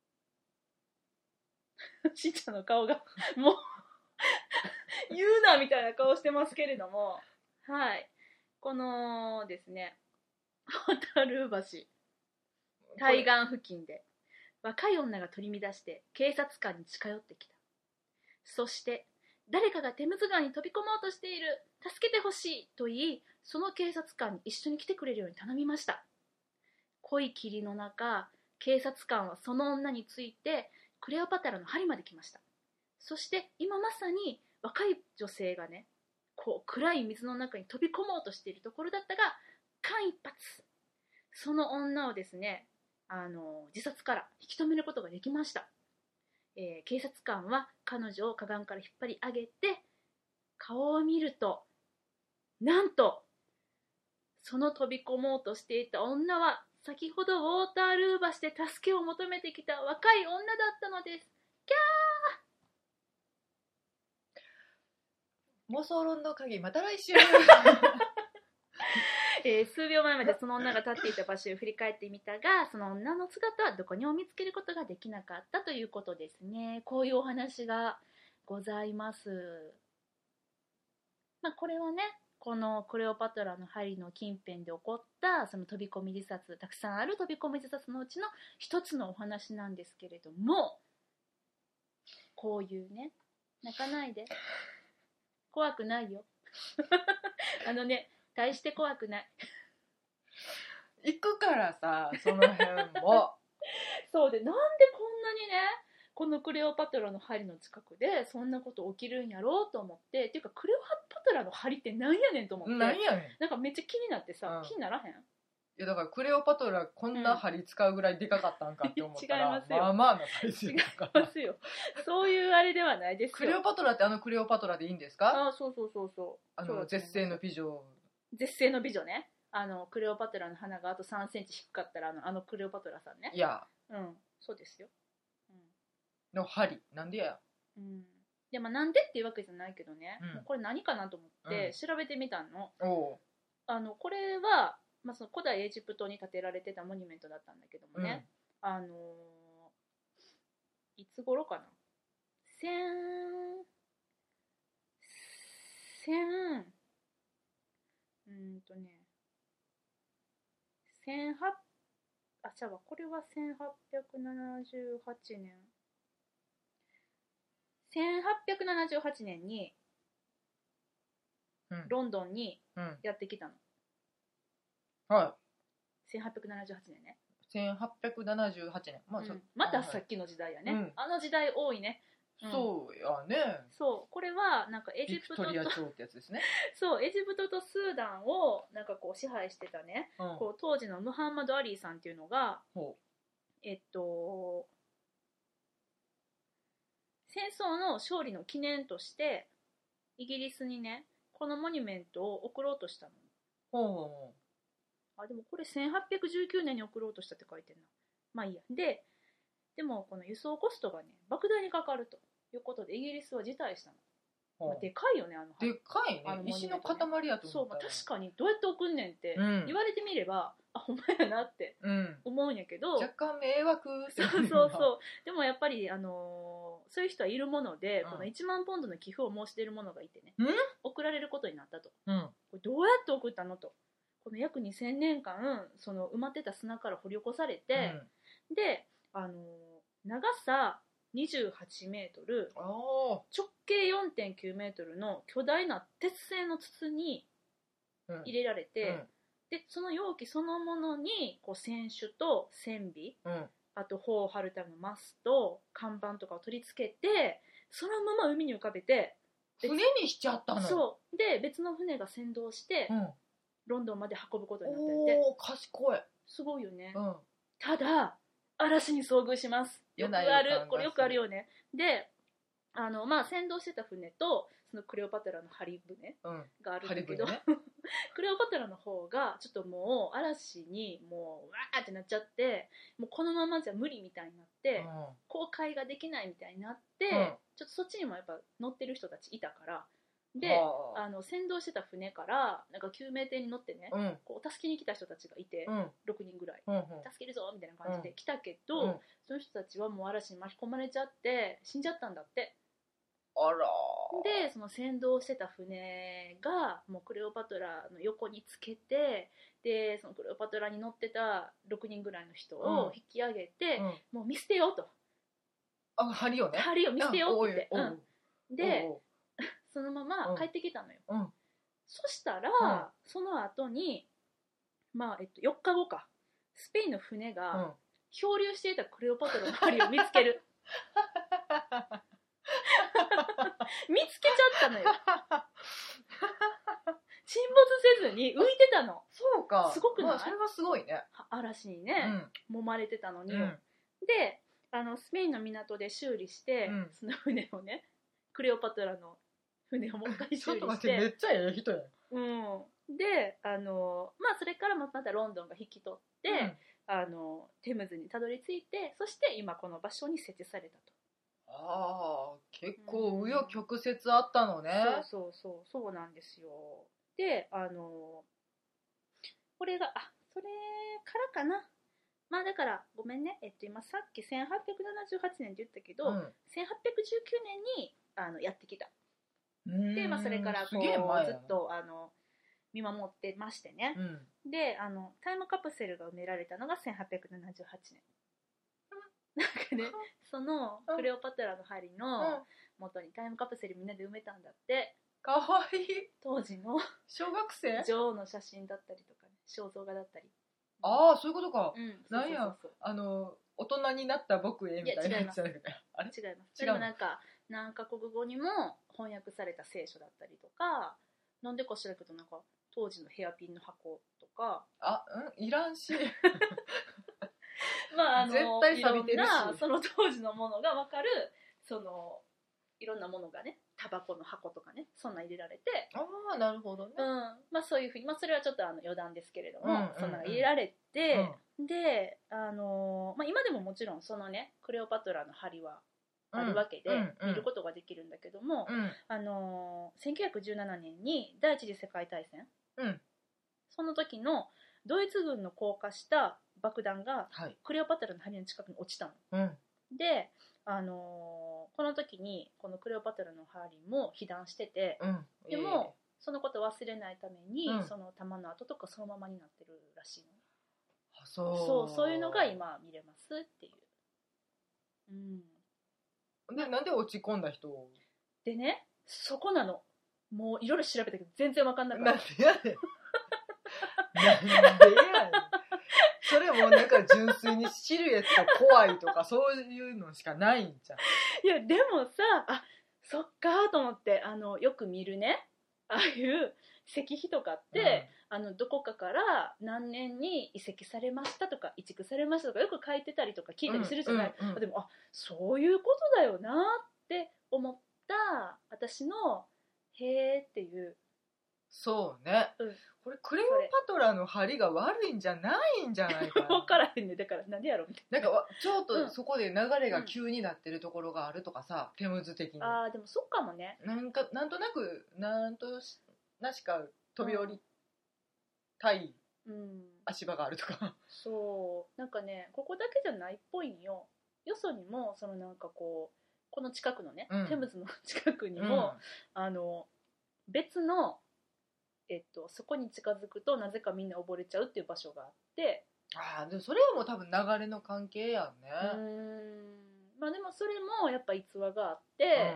しんちゃんの顔がもう言うなみたいな顔してますけれども、はい、このですねウォータールー橋対岸付近で若い女が取り乱して警察官に近寄ってきた。そして誰かがテムズ川に飛び込もうとしている、助けてほしいと言い、その警察官に一緒に来てくれるように頼みました。濃い霧の中、警察官はその女についてクレオパトラの針まで来ました。そして今まさに若い女性がね、こう暗い水の中に飛び込もうとしているところだったが、間一髪その女をですね、自殺から引き止めることができました。警察官は彼女を河岸から引っ張り上げて、顔を見ると、なんとその飛び込もうとしていた女は先ほどウォータールー橋で助けを求めてきた若い女だったのです。キャー。妄想論の鍵、また来週数秒前までその女が立っていた場所を振り返ってみたが、その女の姿はどこにも見つけることができなかったということですね。こういうお話がございます。まあ、これはね、このクレオパトラの針の近辺で起こったその飛び込み自殺、たくさんある飛び込み自殺のうちの一つのお話なんですけれども、こういうね、 泣かないで。怖くないよ。大して怖くない。 行くからさ、その辺も。 そうで、なんでこんなにね、このクレオパトラの針の近くでそんなこと起きるんやろうと思って、っていうかクレオパトラの針ってなんやねんと思って、 何やねん。 なんかめっちゃ気になってさ、気にならへん？ いやだからクレオパトラこんな針使うぐらいでかかったんかって思ったら、 違いますよ。 まあまあなサイズだから。 違いますよ。そういうあれではないですよ。 クレオパトラってクレオパトラでいいんですか？ そう。 絶世の美女。 絶世の美女ね。クレオパトラの鼻があと3センチ低かったらクレオパトラさんね。 いや。 そうですよ。 の針なんでや。 でもなんでっていうわけじゃないけどね、これ何かなと思って調べてみたの。これは、その古代エジプトに建てられてたモニュメントだったんだけどもね、いつ頃かな、これは1878年にロンドンにやってきたの。 はい。 1878年ね。 1878年。 またさっきの時代やね。あの時代多いね。 そうやね。 そう、これはなんかエジプトと、 ビクトリア朝ってやつですね。 そう、エジプトとスーダンをなんかこう支配してたね、こう当時のムハンマド・アリーさんっていうのが、戦争の勝利の記念としてイギリスにね、このモニュメントを送ろうとしたの。でもこれ1819年に送ろうとしたって書いてんな。まあいいや。でもこの輸送コストがね、莫大にかかるということでイギリスは辞退したの。でかいよね、 でかいね。石の塊やと思ったら。 確かにどうやって送んねんって言われてみれば、ほんまやなって思うんやけど、 若干迷惑ってでもやっぱりそういう人はいるもので、この1万ポンドの寄付を申し出る者がいてね、送られることになったと。これどうやって送ったのと。この約2000年間その埋まってた砂から掘り起こされて、で長さ28メートル、直径 4.9 メートルの巨大な鉄製の筒に入れられて、でその容器そのものにこう船首と船尾、あと帆を張るためのマスと看板とかを取り付けて、そのまま海に浮かべて、 船にしちゃったのよ。 そうで別の船が先導して、ロンドンまで運ぶことになったんで。 賢い。 すごいよね。ただ嵐に遭遇します。よくある、これよくあるよね。で先導してた船とそのクレオパトラの針船があるんだけど、クレオパトラの方がちょっともう嵐にもうわーってなっちゃって、もうこのままじゃ無理みたいになって、航海ができないみたいになって、ちょっとそっちにもやっぱ乗ってる人たちいたから、で先導してた船からなんか救命艇に乗ってね、こう助けに来た人たちがいて、6人ぐらい、助けるぞみたいな感じで来たけど、その人たちはもう嵐に巻き込まれちゃって死んじゃったんだって。 あら。 でその先導してた船がもうクレオパトラの横につけて、でそのクレオパトラに乗ってた6人ぐらいの人を引き上げて、もう見捨てようと。 針をね。 針を見捨てようって。でそのまま帰ってきたのよ。そしたら、その後に4日後か、スペインの船が漂流していたクレオパトラの針を見つける。見つけちゃったのよ。沈没せずに浮いてたの。 そうか。 すごくない？ それはすごいね。 嵐にね、揉まれてたのに。でスペインの港で修理して、その船をね、クレオパトラの船をもう一回修理して。ちょっと待って、 めっちゃええ人や。 でそれからまたロンドンが引き取って、テムズにたどり着いて、そして今この場所に設置されたと。 結構紆余曲折あったのね。 そうなんですよ。でこれがそれからかな。だからごめんね、今さっき1878年って言ったけど、1819年にやってきた。でそれからこうずっと見守ってましてね、でタイムカプセルが埋められたのが1878年なんかね、そのクレオパトラの針の元にタイムカプセルみんなで埋めたんだって。 かわいい。 当時の小学生女王の写真だったりとかね、肖像画だったり。 ああ、そういうことか。 なんや、 大人になった僕へみたいなやつじゃないか。 あれ違います。でもなんか何カ国語にも翻訳された聖書だったりとか、なんでか知らんけどなんか当時のヘアピンの箱とか、 いらんしまあ絶対錆びてるし、 いろんなその当時のものが分かる、そのいろんなものがね、タバコの箱とかね、そんな入れられて、 なるほどね。 まあそういうふうに、まあそれはちょっと余談ですけれども、そんな入れられて、で、まあ今でももちろんそのね、クレオパトラの針はあるわけで、見ることができるんだけども、1917年に第一次世界大戦、その時のドイツ軍の降下した爆弾がクレオパトラの針の近くに落ちたの。で、この時にこのクレオパトラの針も被弾してて、でもそのことを忘れないために、その弾の跡とかそのままになってるらしいの。そういうのが今見れますっていう。 で、なんで落ち込んだ人でね、そこなの。もういろいろ調べたけど全然わかんなかった。 なんでやねんなんでやねんそれもなんか純粋にシルエット怖いとかそういうのしかないんじゃん。 いやでもさ、そっかと思って、よく見るね、ああいう石碑とかって、どこかから何年に移籍されましたとか移築されましたとかよく書いてたりとか聞いたりするじゃない。でもそういうことだよなって思った私のへーっていう。 そうね、これクレオパトラの針が悪いんじゃないんじゃないかな。 分からへんね。だからなんでやろみたいな。 なんかちょっとそこで流れが急になってるところがあるとかさ、テムズ的に。 でもそっかもね。 なんとなくなんとなしか飛び降りたい足場があるとか、 そうなんかね、ここだけじゃないっぽいんよ。よそにもそのなんかこの近くのね、テムズの近くにも、別のそこに近づくとなぜかみんな溺れちゃうっていう場所があって、 でもそれはもう多分流れの関係やんね。 まあでもそれもやっぱ逸話があって、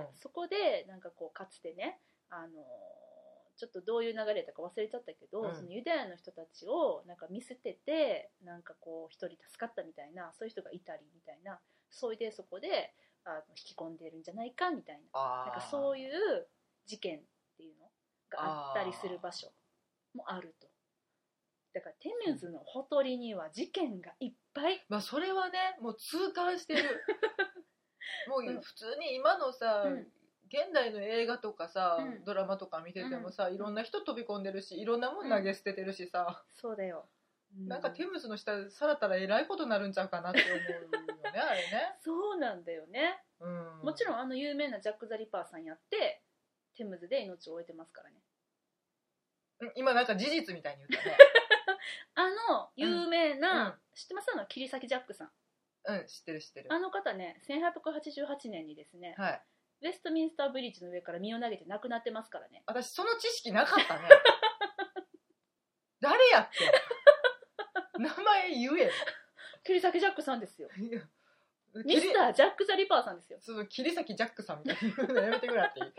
そこでなんかかつてね、ちょっとどういう流れだったか忘れちゃったけど、そのユダヤの人たちをなんか見捨ててなんか一人助かったみたいな、そういう人がいたりみたいな、それでそこで引き込んでるんじゃないかみたいな、なんかそういう事件っていうのがあったりする場所もあると。だからテムズのほとりには事件がいっぱい。 まあそれはね、もう痛感してるもう普通に今のさ、現代の映画とかさ、ドラマとか見ててもさ、いろんな人飛び込んでるし、いろんなもん投げ捨ててるしさ、 そうだよ。 なんかテムズの下さらったらえらいことになるんちゃうかなって思うよねあれね。 そうなんだよね。もちろん有名なジャック・ザ・リパーさんやってテムズで命を終えてますからね。 今なんか事実みたいに言ったね有名な、知ってます？切り裂きジャックさん。 知ってる。 あの方ね、1888年にですね、ウェストミンスターブリッジの上から身を投げて亡くなってますからね。 私その知識なかったね誰やって名前言え。 切り裂きジャックさんですよ。ミスタージャック・ザ・リパーさんですよ。 その切り裂きジャックさんみたいに言うのやめてくれっていい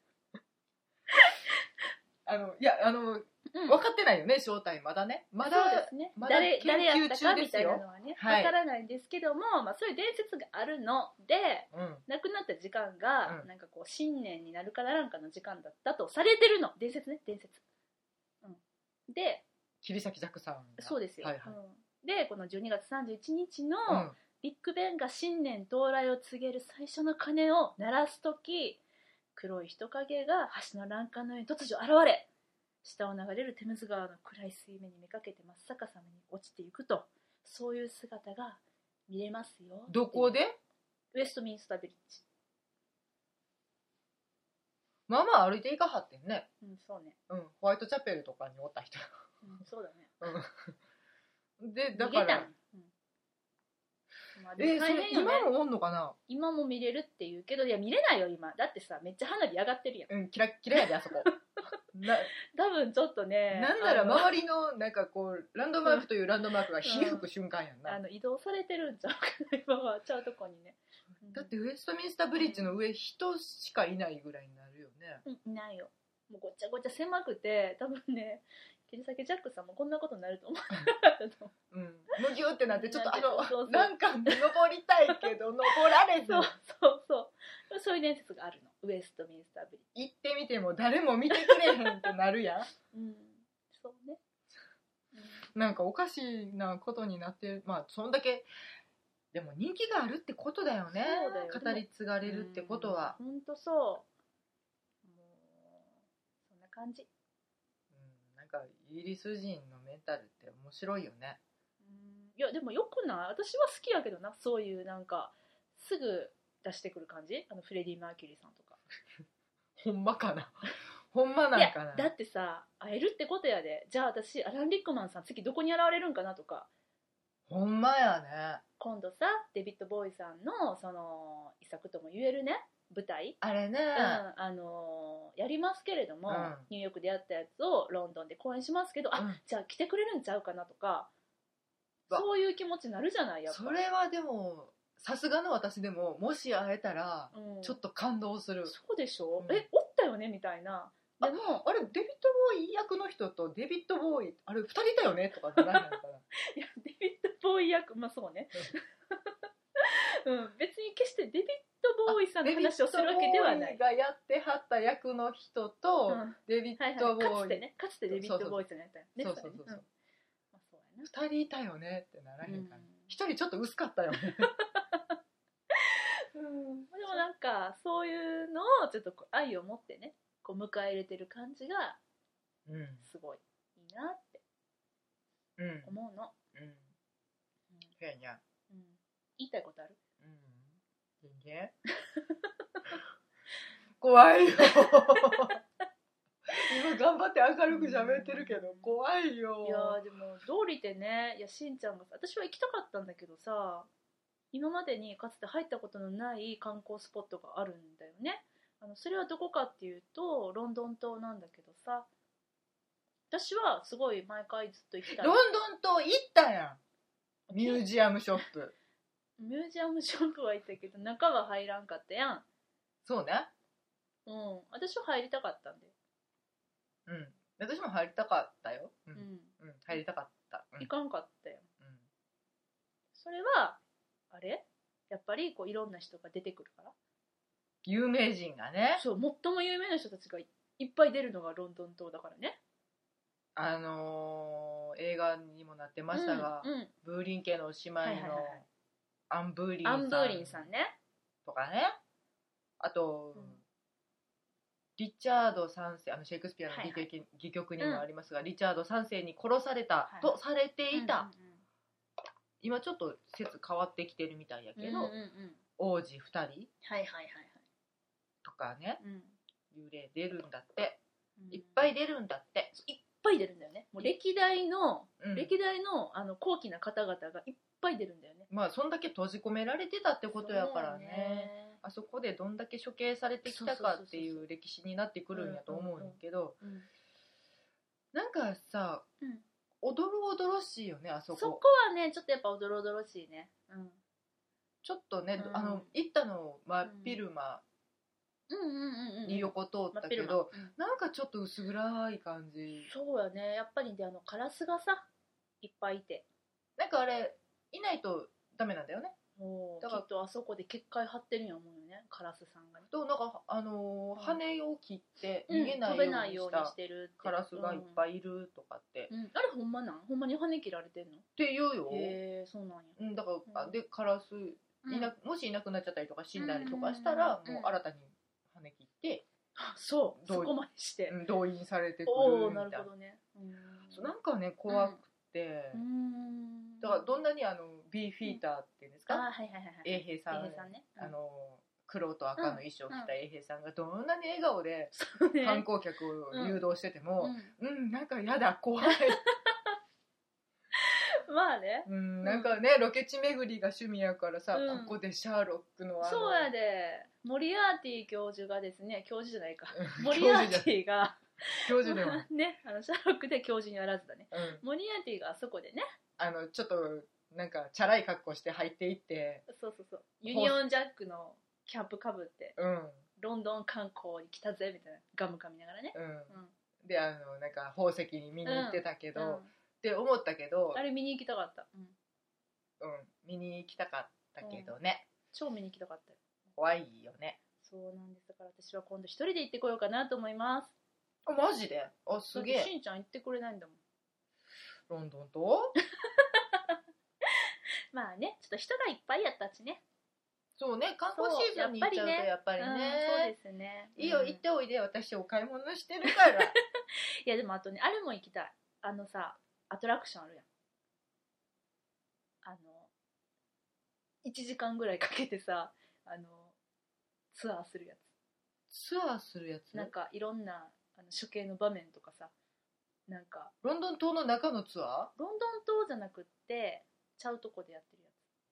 分かってないよね、正体まだね。まだそうですね。 まだ研究中ですよ。 誰やったかみたいなのはね、分からないんですけども、そういう伝説があるので、亡くなった時間が、なんか新年になるかならんかの時間だったとされてるの。伝説ね、伝説。で、 切り裂きジャックさん。 そうですよ。で、この12月31日のビッグベンが新年到来を告げる最初の鐘を鳴らすとき、黒い人影が橋の欄干の上に突如現れ、下を流れるテムズ川の暗い水面にめかけて真っ逆さまに落ちていくと、そういう姿が見れますよ。 どこで？ ウェストミンスターブリッジ。 まあまあ歩いていかはってんね。 そうね。 ホワイトチャペルとかにおった人。 そうだね。 で、だから。それ今もおんのかな？ 今も見れるって言うけど、いや見れないよ今。だってさ、めっちゃ花火上がってるやん。 キラッキラやであそこ。 多分ちょっとね、 なんなら周りのなんかこうランドマークというランドマークが火吹く瞬間やんな、 移動されてるんちゃうかな今はちゃうとこにね、 だってウェストミンスターブリッジの上人しかいないぐらいになるよね、 いないよ、もうごちゃごちゃ狭くて、多分ね切り裂けジャックさんもこんなことになると思わなかったと思う。 むぎゅってなってちょっとそうなんか登りたいけど登られずそうそういう伝説があるの、ウェストミンスターブリッジ行ってみても誰も見てくれへんってなるやんそうね、 なんかおかしいなことになって、まあそんだけでも人気があるってことだよね。 そうだよ、 語り継がれるってことは。 ほんとそう。もうそんな感じ。 なんかイギリス人のメンタルって面白いよね。 いやでもよくない？私は好きやけどな、そういうなんかすぐ出してくる感じ。フレディ・マーキュリーさんとか。 ほんまかな。ほんまなんかな。 だってさ、会えるってことやで。じゃあ私アラン・リックマンさん次どこに現れるんかなとか。 ほんまやね。 今度さデビッド・ボーイさんのその遺作とも言えるね舞台あれね、 やりますけれども、ニューヨークでやったやつをロンドンで公演しますけど、じゃあ来てくれるんちゃうかなとか、そういう気持ちになるじゃない。やっぱそれはでもさすがの私でももし会えたらちょっと感動する、 そうでしょ、おったよねみたいな。でもあれデビッド・ボーイ役の人とデビッド・ボーイあれ2人いたよねとかじゃないのかな。 いやデビッド・ボーイ役、まあそうね別に決してデビッド・ボーイさんの話をするわけではない。 デビッド・ボーイがやってはった役の人と、デビッド・ボーイ、 かつてデビッド・ボーイさんやったよね。 そう2人いたよねってならへんかな。1人ちょっと薄かったよね。 でもなんかそういうのをちょっと愛を持ってねこう迎え入れてる感じがすごいいいなって思うの。 そうやにゃ。 言いたいことある？ 全然怖いよ今頑張って明るく喋ってるけど怖いよ。 いやでも道理でね、いやしんちゃんがさ、私は行きたかったんだけどさ、今までにかつて入ったことのない観光スポットがあるんだよね。それはどこかっていうとロンドン島なんだけどさ、私はすごい毎回ずっと行きたい。 ロンドン島行ったやん。ミュージアムショップ。 ミュージアムショップは行ったけど中は入らんかったやん。 そうね。 私は入りたかったんで。 私も入りたかったよ。入りたかった。 行かんかったやん。それはあれやっぱりこういろんな人が出てくるから。 有名人がね。 そう、最も有名な人たちがいっぱい出るのがロンドン島だからね。 映画にもなってましたが、ブーリン家の姉妹のアン・ブーリンさんねとかね、あと、リチャード3世、シェイクスピアの戯曲にもありますが、リチャード3世に殺されたとされていた、今ちょっと説変わってきてるみたいやけど、王子2人とかね、幽霊出るんだって、いっぱい出るんだって。 いっぱい出るんだよね。もう歴代の高貴な方々がいっぱい出るんだよね。 まあそんだけ閉じ込められてたってことやからね。あそこでどんだけ処刑されてきたかっていう歴史になってくるんやと思うんやけど、なんかさ、おどろおどろしいよね、あそこ。 そこはねちょっとやっぱおどろおどろしいね。 ちょっとね、行ったの真っ昼間に横通ったけど、なんかちょっと薄暗い感じ。 そうやね、やっぱりでカラスがさいっぱいいて、 なんかあれいないとダメなんだよね。 だからきっとあそこで結界張ってるんやもんよね、カラスさんがね。 となんか羽を切って逃げないようにしたカラスがいっぱいいるとかって、 あれほんまなん？ほんまに羽切られてんの？ って言うよ。 へえ、そうなんや。 だからでカラスもしいなくなっちゃったりとか死んだりとかしたら、もう新たに羽切って、 そこまでして動員されてくるみたいな。 なるほどね。 なんかね怖くて、だからどんなにビーフィーターっていうんですか、衛兵さんね、黒と赤の衣装を着た衛兵さんがどんなに笑顔で観光客を誘導してても、なんかやだ怖い。 まあね、 なんかね、ロケ地巡りが趣味やからさ、ここでシャーロックのそうやで、モリアーティ教授がですね、教授じゃないか、モリアーティが教授ではね、シャーロックで教授にあらずだね、モリアーティがあそこでね、 ちょっとなんかチャラい格好して入っていって、 そうユニオンジャックのキャップかぶって、ロンドン観光に来たぜみたいなガム噛みながらね、 でなんか宝石に見に行ってたけど、って思ったけど、 あれ見に行きたかった、 見に行きたかったけどね、 超見に行きたかったよ。 怖いよね。 そうなんです。だから私は今度一人で行ってこようかなと思います。 マジで？すげえ。 しんちゃん行ってくれないんだもん。 ロンドンとまあね、ちょっと人がいっぱいやったしね。 そうね、観光シーズンに行っちゃうとやっぱりね、 そうですね。 いいよ、行っておいで、私お買い物してるからいやでもあとね、あれも行きたい。さ、アトラクションあるやん。1時間ぐらいかけてさ、ツアーするやつ。 ツアーするやつ？ なんかいろんな処刑の場面とかさ、なんかロンドン島の中のツアー？ロンドン島じゃなくってちゃうとこでやってるや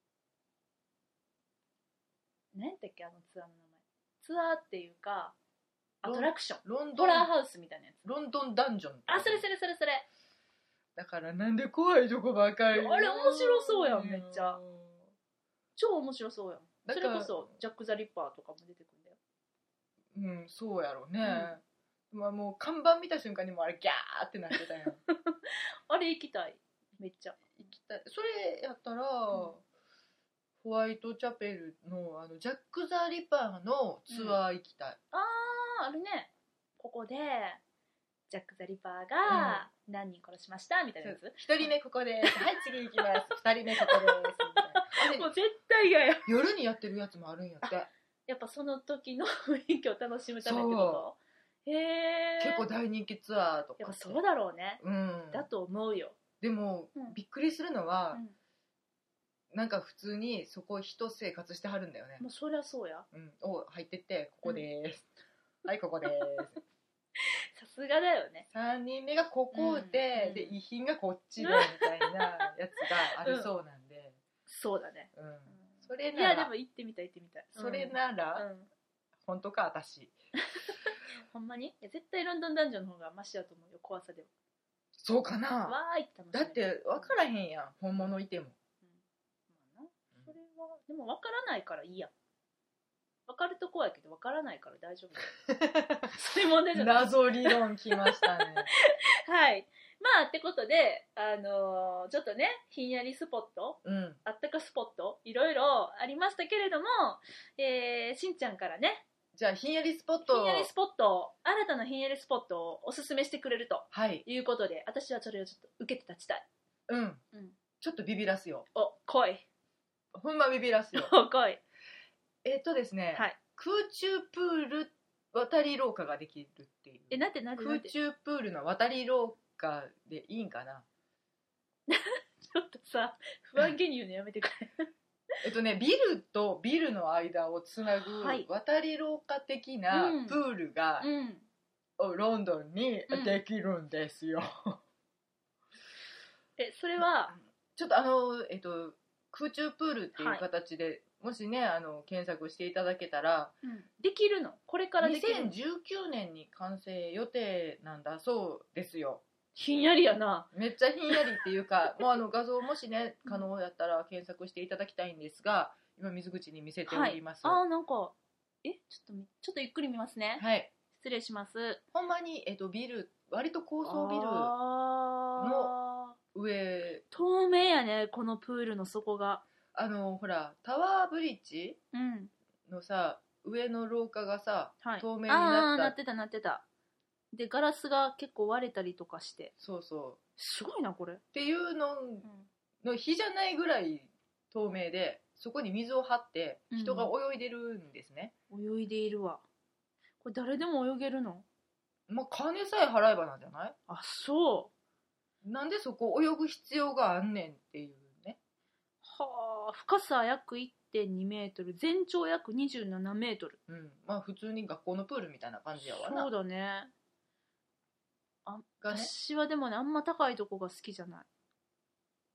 つ。何やったっけ、ツアーの名前。ツアーっていうかアトラクション、ホラーハウスみたいなやつ。 ロンドンダンジョン。 それだからなんで怖いとこばかり。 あれ面白そうやん、めっちゃ超面白そうやん。それこそジャック・ザ・リッパーとかも出てくるんだよ。 そうやろね、もう看板見た瞬間にもあれギャーってなってたやんあれ行きたい、めっちゃ行きたい。それやったら、ホワイトチャペルのジャック・ザ・リッパーのツアー行きたい、 あるね。ここでジャック・ザ・リッパーが何人殺しましたみたいなやつ。 1人目ここですはい次行きます2人目ここですみたいなもう絶対嫌や。 夜にやってるやつもあるんやって。 やっぱその時の雰囲気を楽しむためってこと？へえ。 結構大人気ツアーとか。 やっぱそうだろうね。だと思うよ。 でも、びっくりするのは、なんか普通にそこ人生活してはるんだよね。 もうそりゃそうや。 入ってってここでーす。はいここでーす。 さすがだよね。 3人目がここで、遺品がこっちでみたいなやつがあるそうなんで。 そうだね。 それなら。 いやでも行ってみたい。 それなら、本当か私。 ほんまに？いや絶対ロンドンダンジョンの方がマシだと思うよ、怖さでも。 そうかな。 わーいって楽しみ。 だって分からへんやん、本物いても。 まあな、それはでも分からないからいいやん。分かるとこやけど分からないから大丈夫そういう問題じゃない。 謎理論きましたねはい。まあってことでちょっとね、ひんやりスポット、あったかスポットいろいろありましたけれども、しんちゃんからね、 じゃあひんやりスポット、 新たなひんやりスポットをおすすめしてくれるということで、私はそれをちょっと受けて立ちたい。ちょっとビビらすよ。 来い。 ほんまビビらすよ。 来い。 ですね、空中プール渡り廊下ができるっていう。 なんて空中プールの渡り廊下でいいんかなちょっとさ、不安げに言うのやめてくれビルとビルの間をつなぐ渡り廊下的なプールが、ロンドンにできるんですよ、 それはちょっと空中プールっていう形で、もしね検索していただけたら、 できるの？これからできるの ？2019年に完成予定なんだそうですよ。 ひんやりやな。 めっちゃひんやりっていうかもう画像もしね可能だったら検索していただきたいんですが、今水口に見せております。 なんかちょっとゆっくり見ますね。失礼します。 ほんまにビル、割と高層ビルの上、 透明やね、このプールの底が。 ほらタワーブリッジのさ、上の廊下がさ、透明になった。 なってた。でガラスが結構割れたりとかして。 そうすごいなこれっていうのの日じゃないぐらい透明で、そこに水を張って人が泳いでるんですね。 泳いでいるわ。これ誰でも泳げるの？ 金さえ払えばなんじゃない？ そう。 なんでそこ泳ぐ必要があんねんっていうね。 深さ約 1.2 メートル、全長約27メートル。 普通に学校のプールみたいな感じやわな。 そうだね。私はでもね、あんま高いとこが好きじゃない。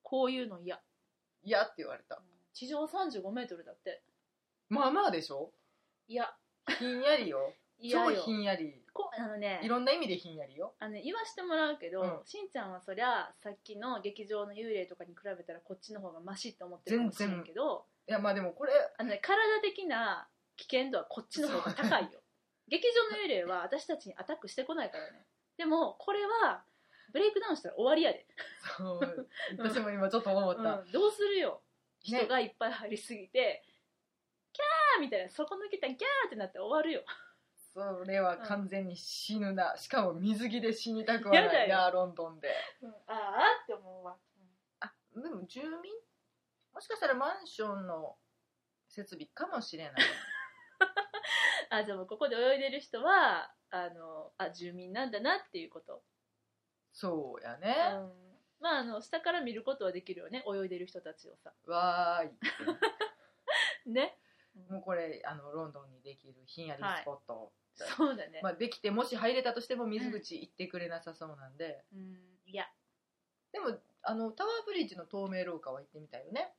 こういうの嫌って言われた。 地上35メートルだって。 まあまあでしょ。 いやひんやりよ。超ひんやり。いろんな意味でひんやりよ。 言わしてもらうけど、しんちゃんはそりゃさっきの劇場の幽霊とかに比べたらこっちの方がマシって思ってるかもしれんけど、 いやまあでもこれ体的な危険度はこっちの方が高いよ。劇場の幽霊は私たちにアタックしてこないからね。でもこれはブレイクダウンしたら終わりやで。 そう私も今ちょっと思った、 どうするよ、人がいっぱい入りすぎて、キャーみたいな、そこ抜けたらキャーってなって終わるよ。 それは完全に死ぬな、しかも水着で死にたくはないな、ロンドンで、 ああって思うわ、 でも住民もしかしたらマンションの設備かもしれないでもここで泳いでる人は住民なんだなっていうこと。 そうやね、 まあ下から見ることはできるよね、泳いでる人たちをさ。 わーいね、 もうこれロンドンにできるひんやりスポット、 そうだね、 できてもし入れたとしても水口行ってくれなさそうなんで、 いやでもタワーブリッジの透明廊下は行ってみたいよね。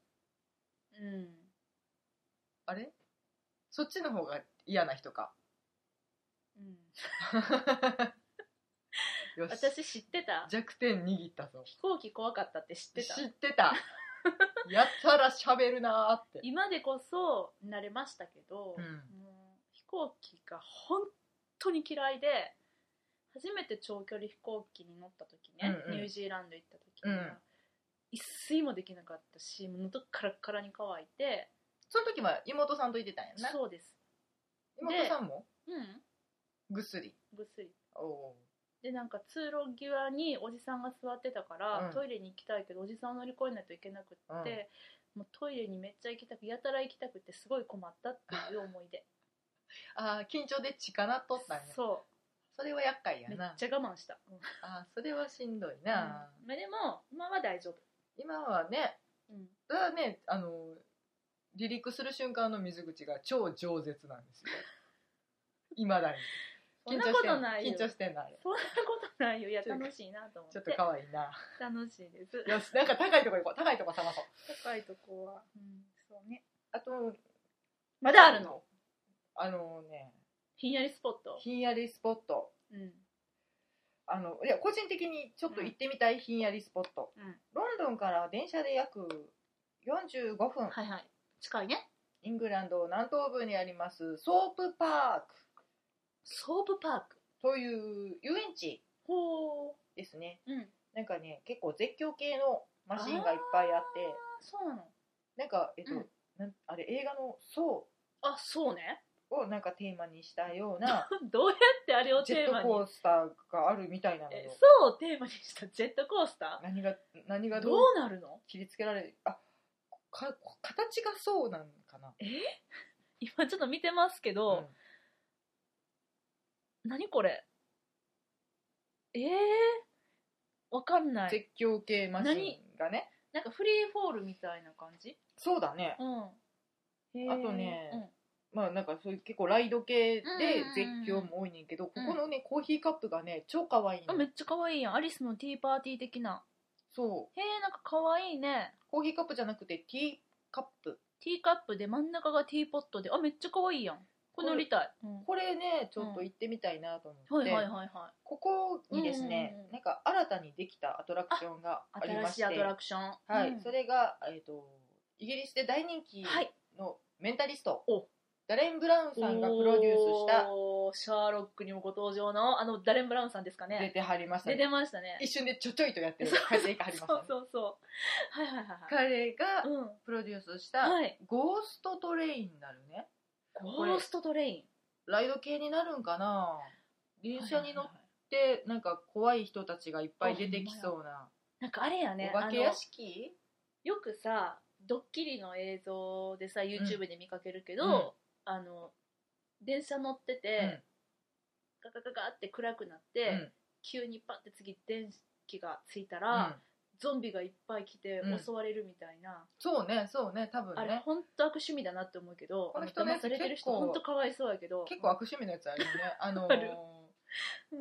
あれそっちの方が嫌な人か。よし、 私知ってた。 弱点握ったぞ。 飛行機怖かったって知ってた。 知ってたやったら喋るなーって。 今でこそ慣れましたけど、もう飛行機が本当に嫌いで、初めて長距離飛行機に乗った時ね、ニュージーランド行った時には、一睡もできなかったし、喉カラッカラに乾いて。 その時は妹さんと行ってたんやな。 そうです。 妹さんもぐっすり。でなんか通路際におじさんが座ってたから、トイレに行きたいけどおじさんを乗り越えないといけなくって、もうトイレにめっちゃ行きたく、やたら行きたくてすごい困ったっていう思い出緊張で血かなっとったんや。それは厄介やな。 めっちゃ我慢した、 それはしんどいな、 でも今は大丈夫。 今はね、ただね、離陸する瞬間の水口が超饒舌なんですよいまだに。 そんなことないよ。 緊張してんのあれ。 そんなことないよ。いや楽しいなと思って。 ちょっと可愛いな。 楽しいです。 よし、なんか高いとこ行こう。高いとこ探そう。 高いとこは、そうね。 あとまだあるの？ ひんやりスポット。ひんやりスポット。いや個人的にちょっと行ってみたいひんやりスポット。ロンドンから電車で約45分。 はいはい。近いね。 イングランド南東部にありますソープパーク。 ソープパークという遊園地ですね。なんかね、結構絶叫系のマシンがいっぱいあって。 そうなの。 なんかあれ映画のそうね。 をなんかテーマにしたようなどうやってあれをテーマに、 ジェットコースターがあるみたいなのよ。 そうテーマにしたジェットコースター。 何がどうなるの？ 切りつけられる。形がそうなんかな。 今ちょっと見てますけど、何これ？わかんない。 絶叫系マシンがね。 なんかフリーフォールみたいな感じ？ そうだね。あとね、なんかそういう結構ライド系で絶叫も多いねんけど、ここのねコーヒーカップがね超可愛いの。 めっちゃ可愛いやん。アリスのティーパーティー的な。 そう。 なんか可愛いね。 コーヒーカップじゃなくてティーカップ。 ティーカップで真ん中がティーポットで、めっちゃ可愛いやん。これ乗りたい。 これねちょっと行ってみたいなと思って。ここにですね、なんか新たにできたアトラクションがありまして。 新しいアトラクション。 それがイギリスで大人気のメンタリスト。ダレン・ブラウンさんがプロデュースしたシャーロックにもご登場のダレン・ブラウンさんですかね。 出てはりましたね。 出てましたね。 一瞬でちょいとやって帰っていかはりましたね。 そう彼がプロデュースしたゴーストトレインになるね。 ゴーストトレインライド系になるんかな。電車に乗ってなんか怖い人たちがいっぱい出てきそうな。 なんかあれやね、 お化け屋敷よくさドッキリの映像でさ YouTube で見かけるけど、電車乗ってて、ガガガガって暗くなって、急にパッて次電気がついたら、ゾンビがいっぱい来て襲われるみたいな。 そうね多分ね。 あれ本当悪趣味だなって思うけど、 この人騙されてる人本当かわいそうやけど、 結構悪趣味のやつあるよね。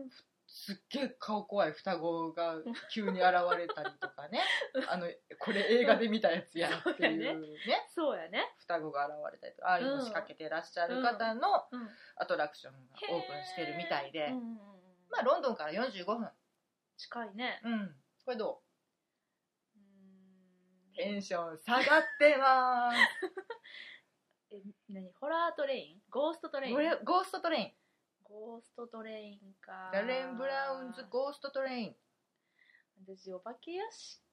すっげえ顔怖い双子が急に現れたりとかねこれ映画で見たやつやっていうねそうやね双子が現れたりとかああいうの仕掛けてらっしゃる方のアトラクションがオープンしてるみたいで、まあロンドンから45分近いね。 これどう？テンション下がってまーす何ホラートレイン？ゴーストトレイン？ ゴーストトレイン。 ゴーストトレインか。 ダレン・ブラウンズゴーストトレイン。 私お化け屋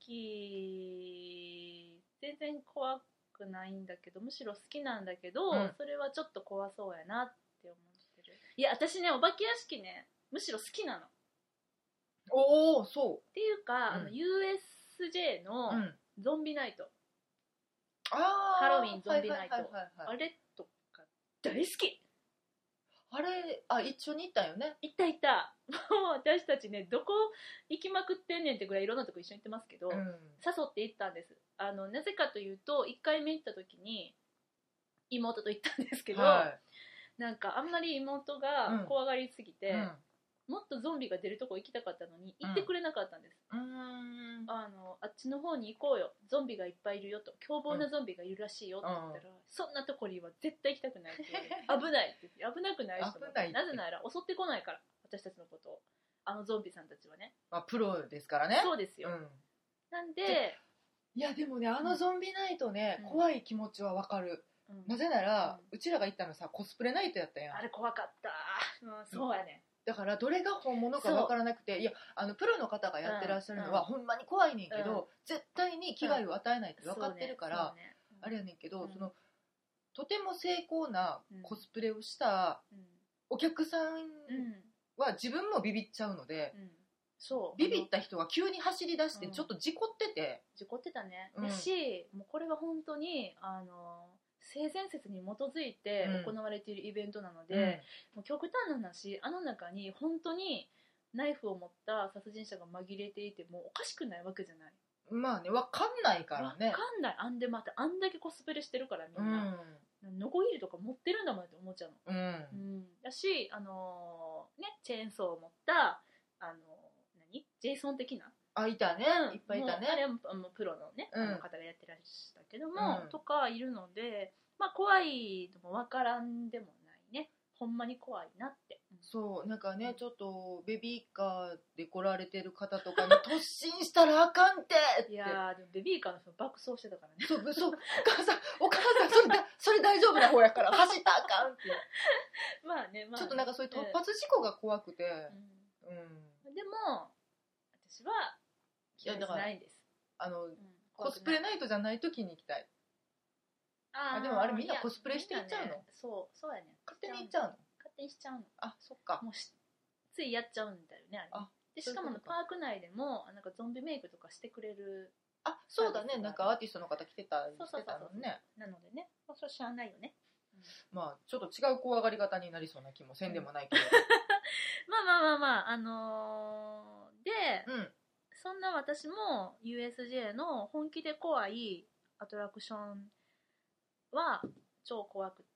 敷全然怖くないんだけど、むしろ好きなんだけど、それはちょっと怖そうやなって思ってる。いや私ねお化け屋敷ねむしろ好きなの。 おおそうっていうか、USJ のゾンビナイト、ハロウィンゾンビナイト、あれとか大好き。 あれ一緒に行ったよね。 行ったもう私たちねどこ行きまくってんねんってぐらいいろんなとこ一緒に行ってますけど、誘って行ったんです。なぜかというと1回目行った時に妹と行ったんですけど、なんかあんまり妹が怖がりすぎて、もっとゾンビが出るとこ行きたかったのに行ってくれなかったんです。あっちの方に行こうよ、ゾンビがいっぱいいるよと、凶暴なゾンビがいるらしいよって言ったら、そんなとこには絶対行きたくないって危ないって言って、危なくない人もなぜなら襲ってこないから私たちのことをゾンビさんたちはね、 プロですからね。 そうですよ、なんでいやでもねゾンビナイトね、怖い気持ちはわかる。なぜなら、うちらが行ったのさコスプレナイトやったやん。 あれ怖かった、そうやね。 だからどれが本物か分からなくて、いやプロの方がやってらっしゃるのはほんまに怖いねんけど、絶対に危害を与えないって分かってるから、あれやねんけど、とても成功なコスプレをしたお客さんは自分もビビっちゃうので、ビビった人が急に走り出してちょっと事故ってたね、だしもうこれは本当に性善説に基づいて行われているイベントなので、もう極端な話中に本当にナイフを持った殺人者が紛れていてもおかしくないわけじゃない。 まあね、分かんないからね。 分かんない。またあんだけコスプレしてるからみんな、ノコギリとか持ってるんだもんって思っちゃうの。だしチェーンソーを持ったジェイソン的な、 いたね、いっぱいいたね。 あれはプロのね、方がやってらっしゃったけども、とかいるので、まあ怖いのも分からんでもないね。ほんまに怖いなって。 そうなんかね、ちょっとベビーカーで来られてる方とかに突進したらあかんってって。 いやでもベビーカーの人爆走してたからね。 そうお母さんそれ大丈夫な方やから走ったらあかんってまあね、 ちょっとなんかそういう突発事故が怖くて、 でも私は嫌いじゃないんです。 コスプレナイトじゃない時に行きたい。でもあれみんなコスプレしていっちゃうの？ そうやね。 勝手に行っちゃうの？ 勝手にしちゃうの。 そっか。 もうついやっちゃうんだよね、あれ。でしかもパーク内でもなんかゾンビメイクとかしてくれる。 そうだね、なんかアーティストの方来てたりしてたのね。 なのでね、それ知らないよね。 まあちょっと違う怖がり方になりそうな気もせんでもないけど。 まあで、そんな私も USJ の本気で怖いアトラクションは超怖くって、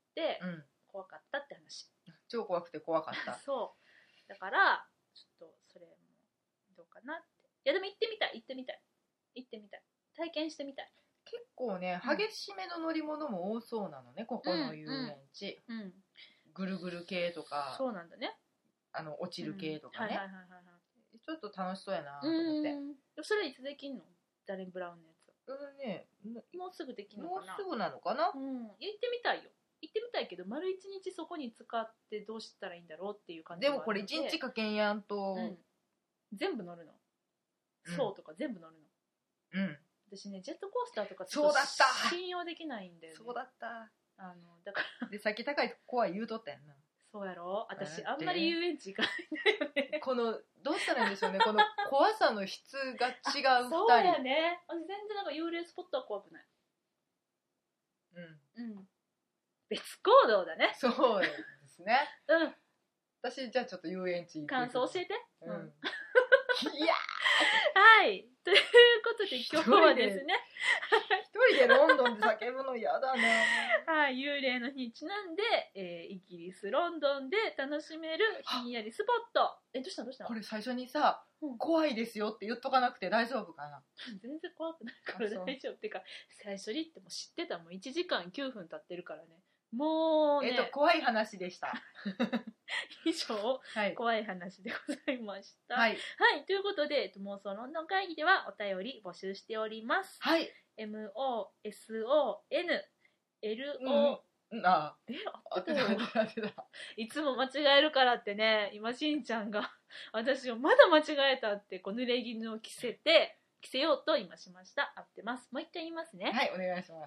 怖かったって話。 超怖くて怖かった。 そうだからちょっとそれもどうかなって。いやでも行ってみたい体験してみたい。 結構ね激しめの乗り物も多そうなのね、ここの遊園地。ぐるぐる系とか、 そうなんだね、 落ちる系とかね、ちょっと楽しそうやなと思って。 それいつできんの？ダレン・ブラウンのやつ。もうすぐできんのかな？ もうすぐなのかな。 行ってみたいよ。行ってみたいけど丸一日そこに使ってどうしたらいいんだろうっていう感じ。 でもこれ一日かけんやんと、 全部乗るの、そうとか全部乗るの。私ねジェットコースターとかちょっと信用できないんだよね。 そうだった。 だからでさっき高いとこ怖い言うとったやんな。 そうやろ、私あんまり遊園地行かないんだよね。 このどうしたらいいんでしょうね、この怖さの質が違う2人。 そうやね、私全然なんか幽霊スポットは怖くない。別行動だね。 そうですね。私じゃあちょっと遊園地行って感想教えて。 いやははい。ということで今日はですね。 一人でロンドンで叫ぶの嫌だな。 はい。幽霊の日にちなんで、イギリス、ロンドンで楽しめるひんやりスポット。どうしたこれ最初にさ、怖いですよって言っとかなくて大丈夫かな。 全然怖くないから大丈夫。ってか、最初にっても知ってた。もう1時間9分経ってるからね。もうね。 怖い話でした。 以上、怖い話でございました。はい。ということで、妄想ロンドン会議ではお便り募集しております。 はい。 MOSONLO、 合ってた。 いつも間違えるからってね、今しんちゃんが私をまだ間違えたって濡れ衣を着せようと今しました。合ってます。もう一回言いますね。 はい、お願いします。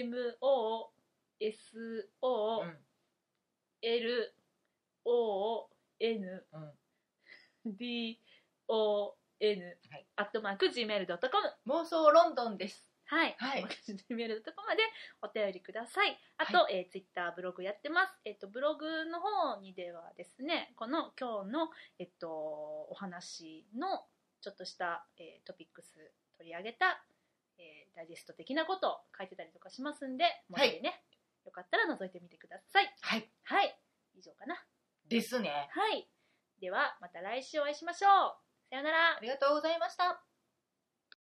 MOSOLONDON@gmail.com 妄想ロンドンです。 はい。gmail.com までお便りください。あと、Twitter、ブログやってます。ブログの方にではですね、この今日の、お話のちょっとした、トピックス取り上げた、ダイジェスト的なことを書いてたりとかしますんで、もしね、よかったら覗いてみてください。 はい。 はい。以上かな。 ですね。 はい。では、また来週お会いしましょう。さよなら。 ありがとうございました。